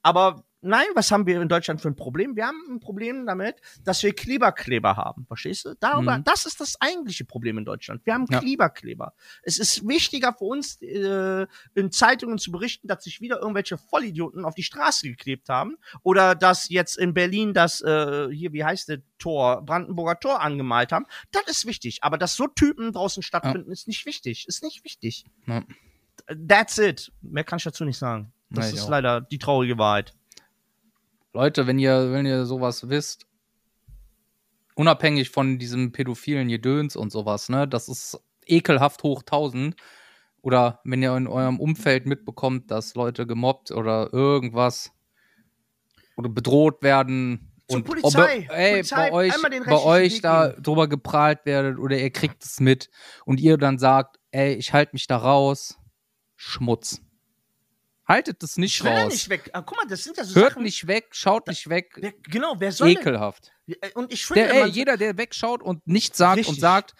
Aber nein, was haben wir in Deutschland für ein Problem? Wir haben ein Problem damit, dass wir Kleberkleber haben. Verstehst du? Darüber, Mhm. Das ist das eigentliche Problem in Deutschland. Wir haben Ja. Kleberkleber. Es ist wichtiger für uns, äh, in Zeitungen zu berichten, dass sich wieder irgendwelche Vollidioten auf die Straße geklebt haben. Oder dass jetzt in Berlin das, äh, hier, wie heißt das, Tor, Brandenburger Tor angemalt haben. Das ist wichtig. Aber dass so Typen draußen stattfinden, ja. ist nicht wichtig. Ist nicht wichtig. Ja. That's it. Mehr kann ich dazu nicht sagen. Das Nee, ist auch. leider die traurige Wahrheit. Leute, wenn ihr, wenn ihr sowas wisst, unabhängig von diesem pädophilen Gedöns und sowas, ne, das ist ekelhaft hoch tausend. Oder wenn ihr in eurem Umfeld mitbekommt, dass Leute gemobbt oder irgendwas oder bedroht werden Zur und Polizei. ob, ey, Polizei, bei euch, einmal den bei rechtlichen euch Weg da gehen. drüber geprahlt werdet oder ihr kriegt es mit und ihr dann sagt, ey, ich halte mich da raus, Schmutz. Haltet es nicht Ich will ja raus. nicht weg. Ah, guck mal, das sind ja so Hört Sachen. nicht weg, schaut nicht weg. Wer, genau, wer soll denn? Ekelhaft. Und ich finde, Der, ey, man- jeder, der wegschaut und nichts sagt Richtig. und sagt,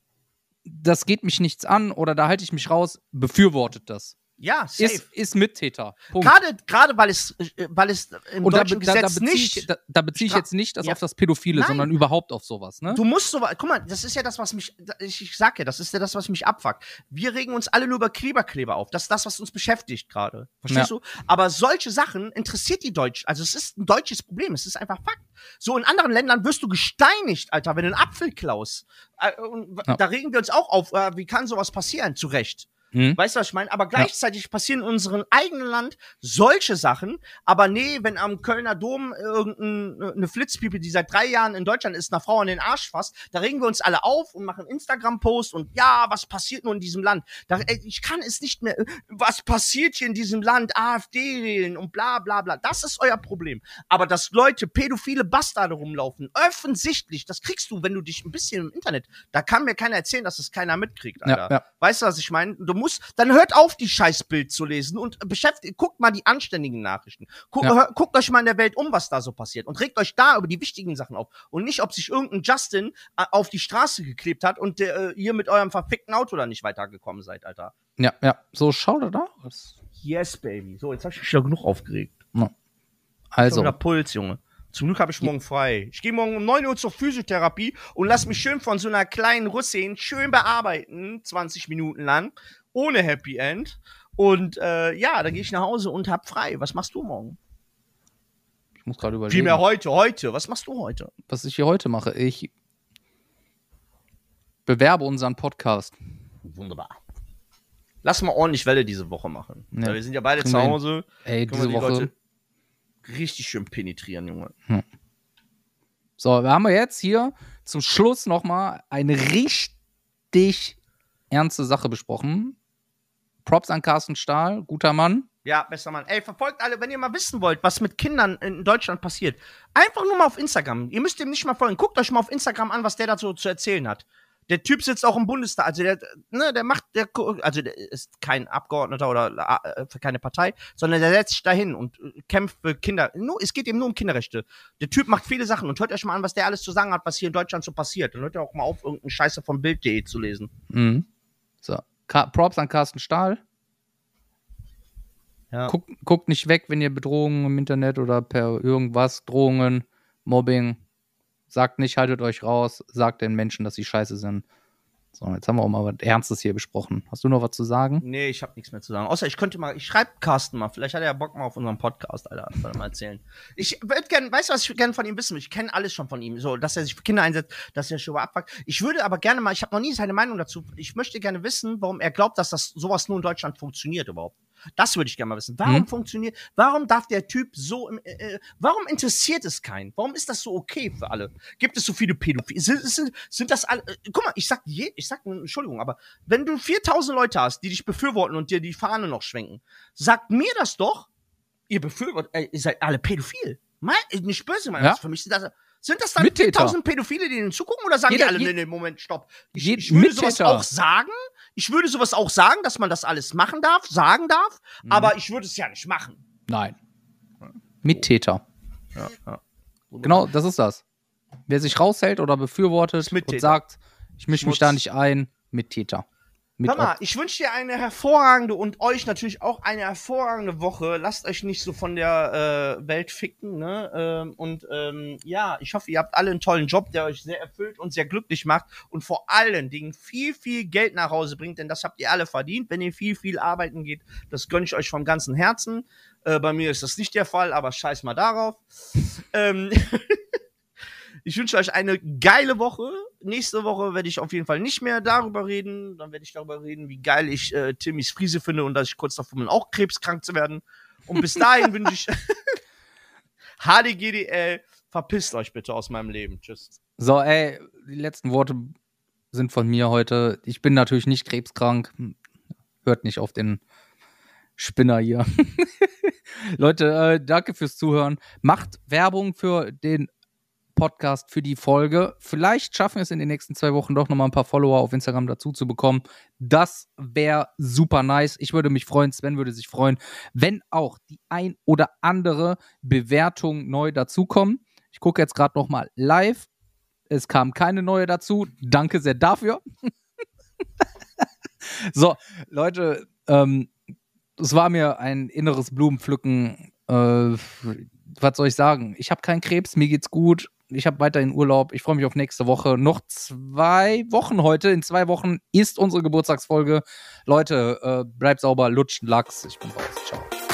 das geht mich nichts an oder da halte ich mich raus, befürwortet das. ja, safe. Ist, ist Mittäter. Punkt. Gerade, gerade weil es, äh, weil es im Und da, deutschen da, da Gesetz beziehe nicht. ich, da, da bezieh ich stra- jetzt nicht das Ja. auf das Pädophile, Nein. sondern überhaupt auf sowas, ne? Du musst so, guck mal, das ist ja das, was mich, ich, ich sag ja, das ist ja das, was mich abfuckt. Wir regen uns alle nur über Kleberkleber auf. Das ist das, was uns beschäftigt gerade. Verstehst Ja. du? Aber solche Sachen interessiert die Deutschen. Also es ist ein deutsches Problem. Es ist einfach Fakt. So in anderen Ländern wirst du gesteinigt, Alter, wenn du einen Apfel klaust. Äh, und Ja. Da regen wir uns auch auf. Äh, wie kann sowas passieren? Zu Recht. Hm? Weißt du, was ich meine? Aber gleichzeitig passieren in unserem eigenen Land solche Sachen. Aber nee, wenn am Kölner Dom irgendeine Flitzpiepe, die seit drei Jahren in Deutschland ist, einer Frau an den Arsch fasst, da regen wir uns alle auf und machen Instagram-Post und ja, was passiert nur in diesem Land? Da, ey, ich kann es nicht mehr, was passiert hier in diesem Land? AfD wählen und bla bla bla. Das ist euer Problem. Aber dass Leute, pädophile Bastarde rumlaufen, offensichtlich, das kriegst du, wenn du dich ein bisschen im Internet, da kann mir keiner erzählen, dass es keiner mitkriegt, Alter. Ja, ja. Weißt du, was ich meine? Du musst, dann hört auf, die Scheißbild zu lesen und beschäftigt, guckt mal die anständigen Nachrichten. Guck, Ja. hör, guckt euch mal in der Welt um, was da so passiert und regt euch da über die wichtigen Sachen auf. Und nicht, ob sich irgendein Justin äh, auf die Straße geklebt hat und äh, ihr mit eurem verfickten Auto da nicht weitergekommen seid, Alter. Ja, ja. So, schau da aus. Yes, Baby. So, jetzt hab ich mich ja genug aufgeregt. Ja. Also. Also, Wieder Puls, Junge. Zum Glück habe ich morgen frei. Ich gehe morgen um neun Uhr zur Physiotherapie und lass mich schön von so einer kleinen Russin schön bearbeiten, zwanzig Minuten lang, ohne Happy End. Und äh, ja, dann gehe ich nach Hause und hab frei. Was machst du morgen? ich muss gerade überlegen, Vielmehr heute, heute. Was machst du heute? was ich hier heute mache. Ich bewerbe unseren Podcast. Wunderbar. Lass mal ordentlich Welle diese Woche machen. Ja. Weil wir sind ja beide Kriegen zu wir hin. Hause. Ey, Können wir diese die Woche. Leute richtig schön penetrieren, Junge. So, wir haben wir jetzt hier zum Schluss nochmal eine richtig ernste Sache besprochen. Props an Carsten Stahl, guter Mann. Ja, bester Mann. Ey, verfolgt alle, wenn ihr mal wissen wollt, was mit Kindern in Deutschland passiert. Einfach nur mal auf Instagram. Ihr müsst dem nicht mal folgen. Guckt euch mal auf Instagram an, was der dazu zu erzählen hat. Der Typ sitzt auch im Bundestag. Also der, ne, der macht, der, also der ist kein Abgeordneter oder äh, für keine Partei, sondern der setzt sich dahin und äh, kämpft für Kinder. Nur, es geht eben nur um Kinderrechte. Der Typ macht viele Sachen und hört euch mal an, was der alles zu sagen hat, was hier in Deutschland so passiert. Und hört ihr auch mal auf, irgendeine Scheiße von Bild punkt de zu lesen. Mhm. So, Ka Props an Carsten Stahl. Ja. Guckt, guckt nicht weg, wenn ihr Bedrohungen im Internet oder per irgendwas, Drohungen, Mobbing, sagt nicht, haltet euch raus, sagt den Menschen, dass sie scheiße sind. So, jetzt haben wir auch mal was Ernstes hier besprochen. Hast du noch was zu sagen? Nee, ich habe nichts mehr zu sagen. Außer ich könnte mal, ich schreibe Carsten mal. Vielleicht hat er ja Bock mal auf unseren Podcast, Alter. Soll er mal erzählen. Ich würde gerne, weißt du, was ich gerne von ihm wissen will? Ich kenne alles schon von ihm. So, dass er sich für Kinder einsetzt, dass er schon mal abfuckt. Ich würde aber gerne mal, ich habe noch nie seine Meinung dazu. Ich möchte gerne wissen, warum er glaubt, dass das sowas nur in Deutschland funktioniert überhaupt. Das würde ich gerne mal wissen. Warum Hm? funktioniert, warum darf der Typ so, im, äh, äh, warum interessiert es keinen? Warum ist das so okay für alle? Gibt es so viele Pädophile? Sind, sind, sind das alle, äh, guck mal, ich sag, je, ich sag, Entschuldigung, aber wenn du viertausend Leute hast, die dich befürworten und dir die Fahne noch schwenken, sagt mir das doch, ihr befürwortet, äh, ihr seid alle pädophil. Mein, nicht böse, mein, Ja. für mich sind das, sind das dann Mittäter. viertausend Pädophile, die ihnen zugucken, oder sagen Jeder- die alle, je- nee, nee, Moment, stopp. Ich, je- ich würde sowas Mittäter. auch sagen, ich würde sowas auch sagen, dass man das alles machen darf, sagen darf, Mhm. aber ich würde es ja nicht machen. Nein. Mittäter. Ja, ja. Genau, das ist das. Wer sich raushält oder befürwortet Ist Mittäter. und sagt, ich mische mich Schmutz. da nicht ein, Mittäter. Mit Hör mal, ich wünsche dir eine hervorragende und euch natürlich auch eine hervorragende Woche. Lasst euch nicht so von der äh, Welt ficken, ne? Ähm, und ähm, ja, ich hoffe, ihr habt alle einen tollen Job, der euch sehr erfüllt und sehr glücklich macht und vor allen Dingen viel, viel Geld nach Hause bringt, denn das habt ihr alle verdient, wenn ihr viel, viel arbeiten geht. Das gönne ich euch vom ganzen Herzen. Äh, bei mir ist das nicht der Fall, aber scheiß mal darauf. ähm, Ich wünsche euch eine geile Woche. Nächste Woche werde ich auf jeden Fall nicht mehr darüber reden. Dann werde ich darüber reden, wie geil ich äh, Timmys Friese finde und dass ich kurz davor bin, auch krebskrank zu werden. Und bis dahin wünsche ich H D G D L, verpisst euch bitte aus meinem Leben. Tschüss. So, ey, die letzten Worte sind von mir heute. Ich bin natürlich nicht krebskrank. Hört nicht auf den Spinner hier. Leute, äh, danke fürs Zuhören. Macht Werbung für den Podcast, für die Folge. Vielleicht schaffen wir es in den nächsten zwei Wochen doch nochmal ein paar Follower auf Instagram dazu zu bekommen. Das wäre super nice. Ich würde mich freuen, Sven würde sich freuen, wenn auch die ein oder andere Bewertung neu dazukommen. Ich gucke jetzt gerade nochmal live. Es kam keine neue dazu. Danke sehr dafür. So, Leute, ähm, es war mir ein inneres Blumenpflücken. Äh, was soll ich sagen? Ich habe keinen Krebs, mir geht's gut. Ich habe weiterhin Urlaub. Ich freue mich auf nächste Woche. Noch zwei Wochen heute. In zwei Wochen ist unsere Geburtstagsfolge. Leute, äh, bleibt sauber, lutscht Lachs. Ich bin raus. Ciao.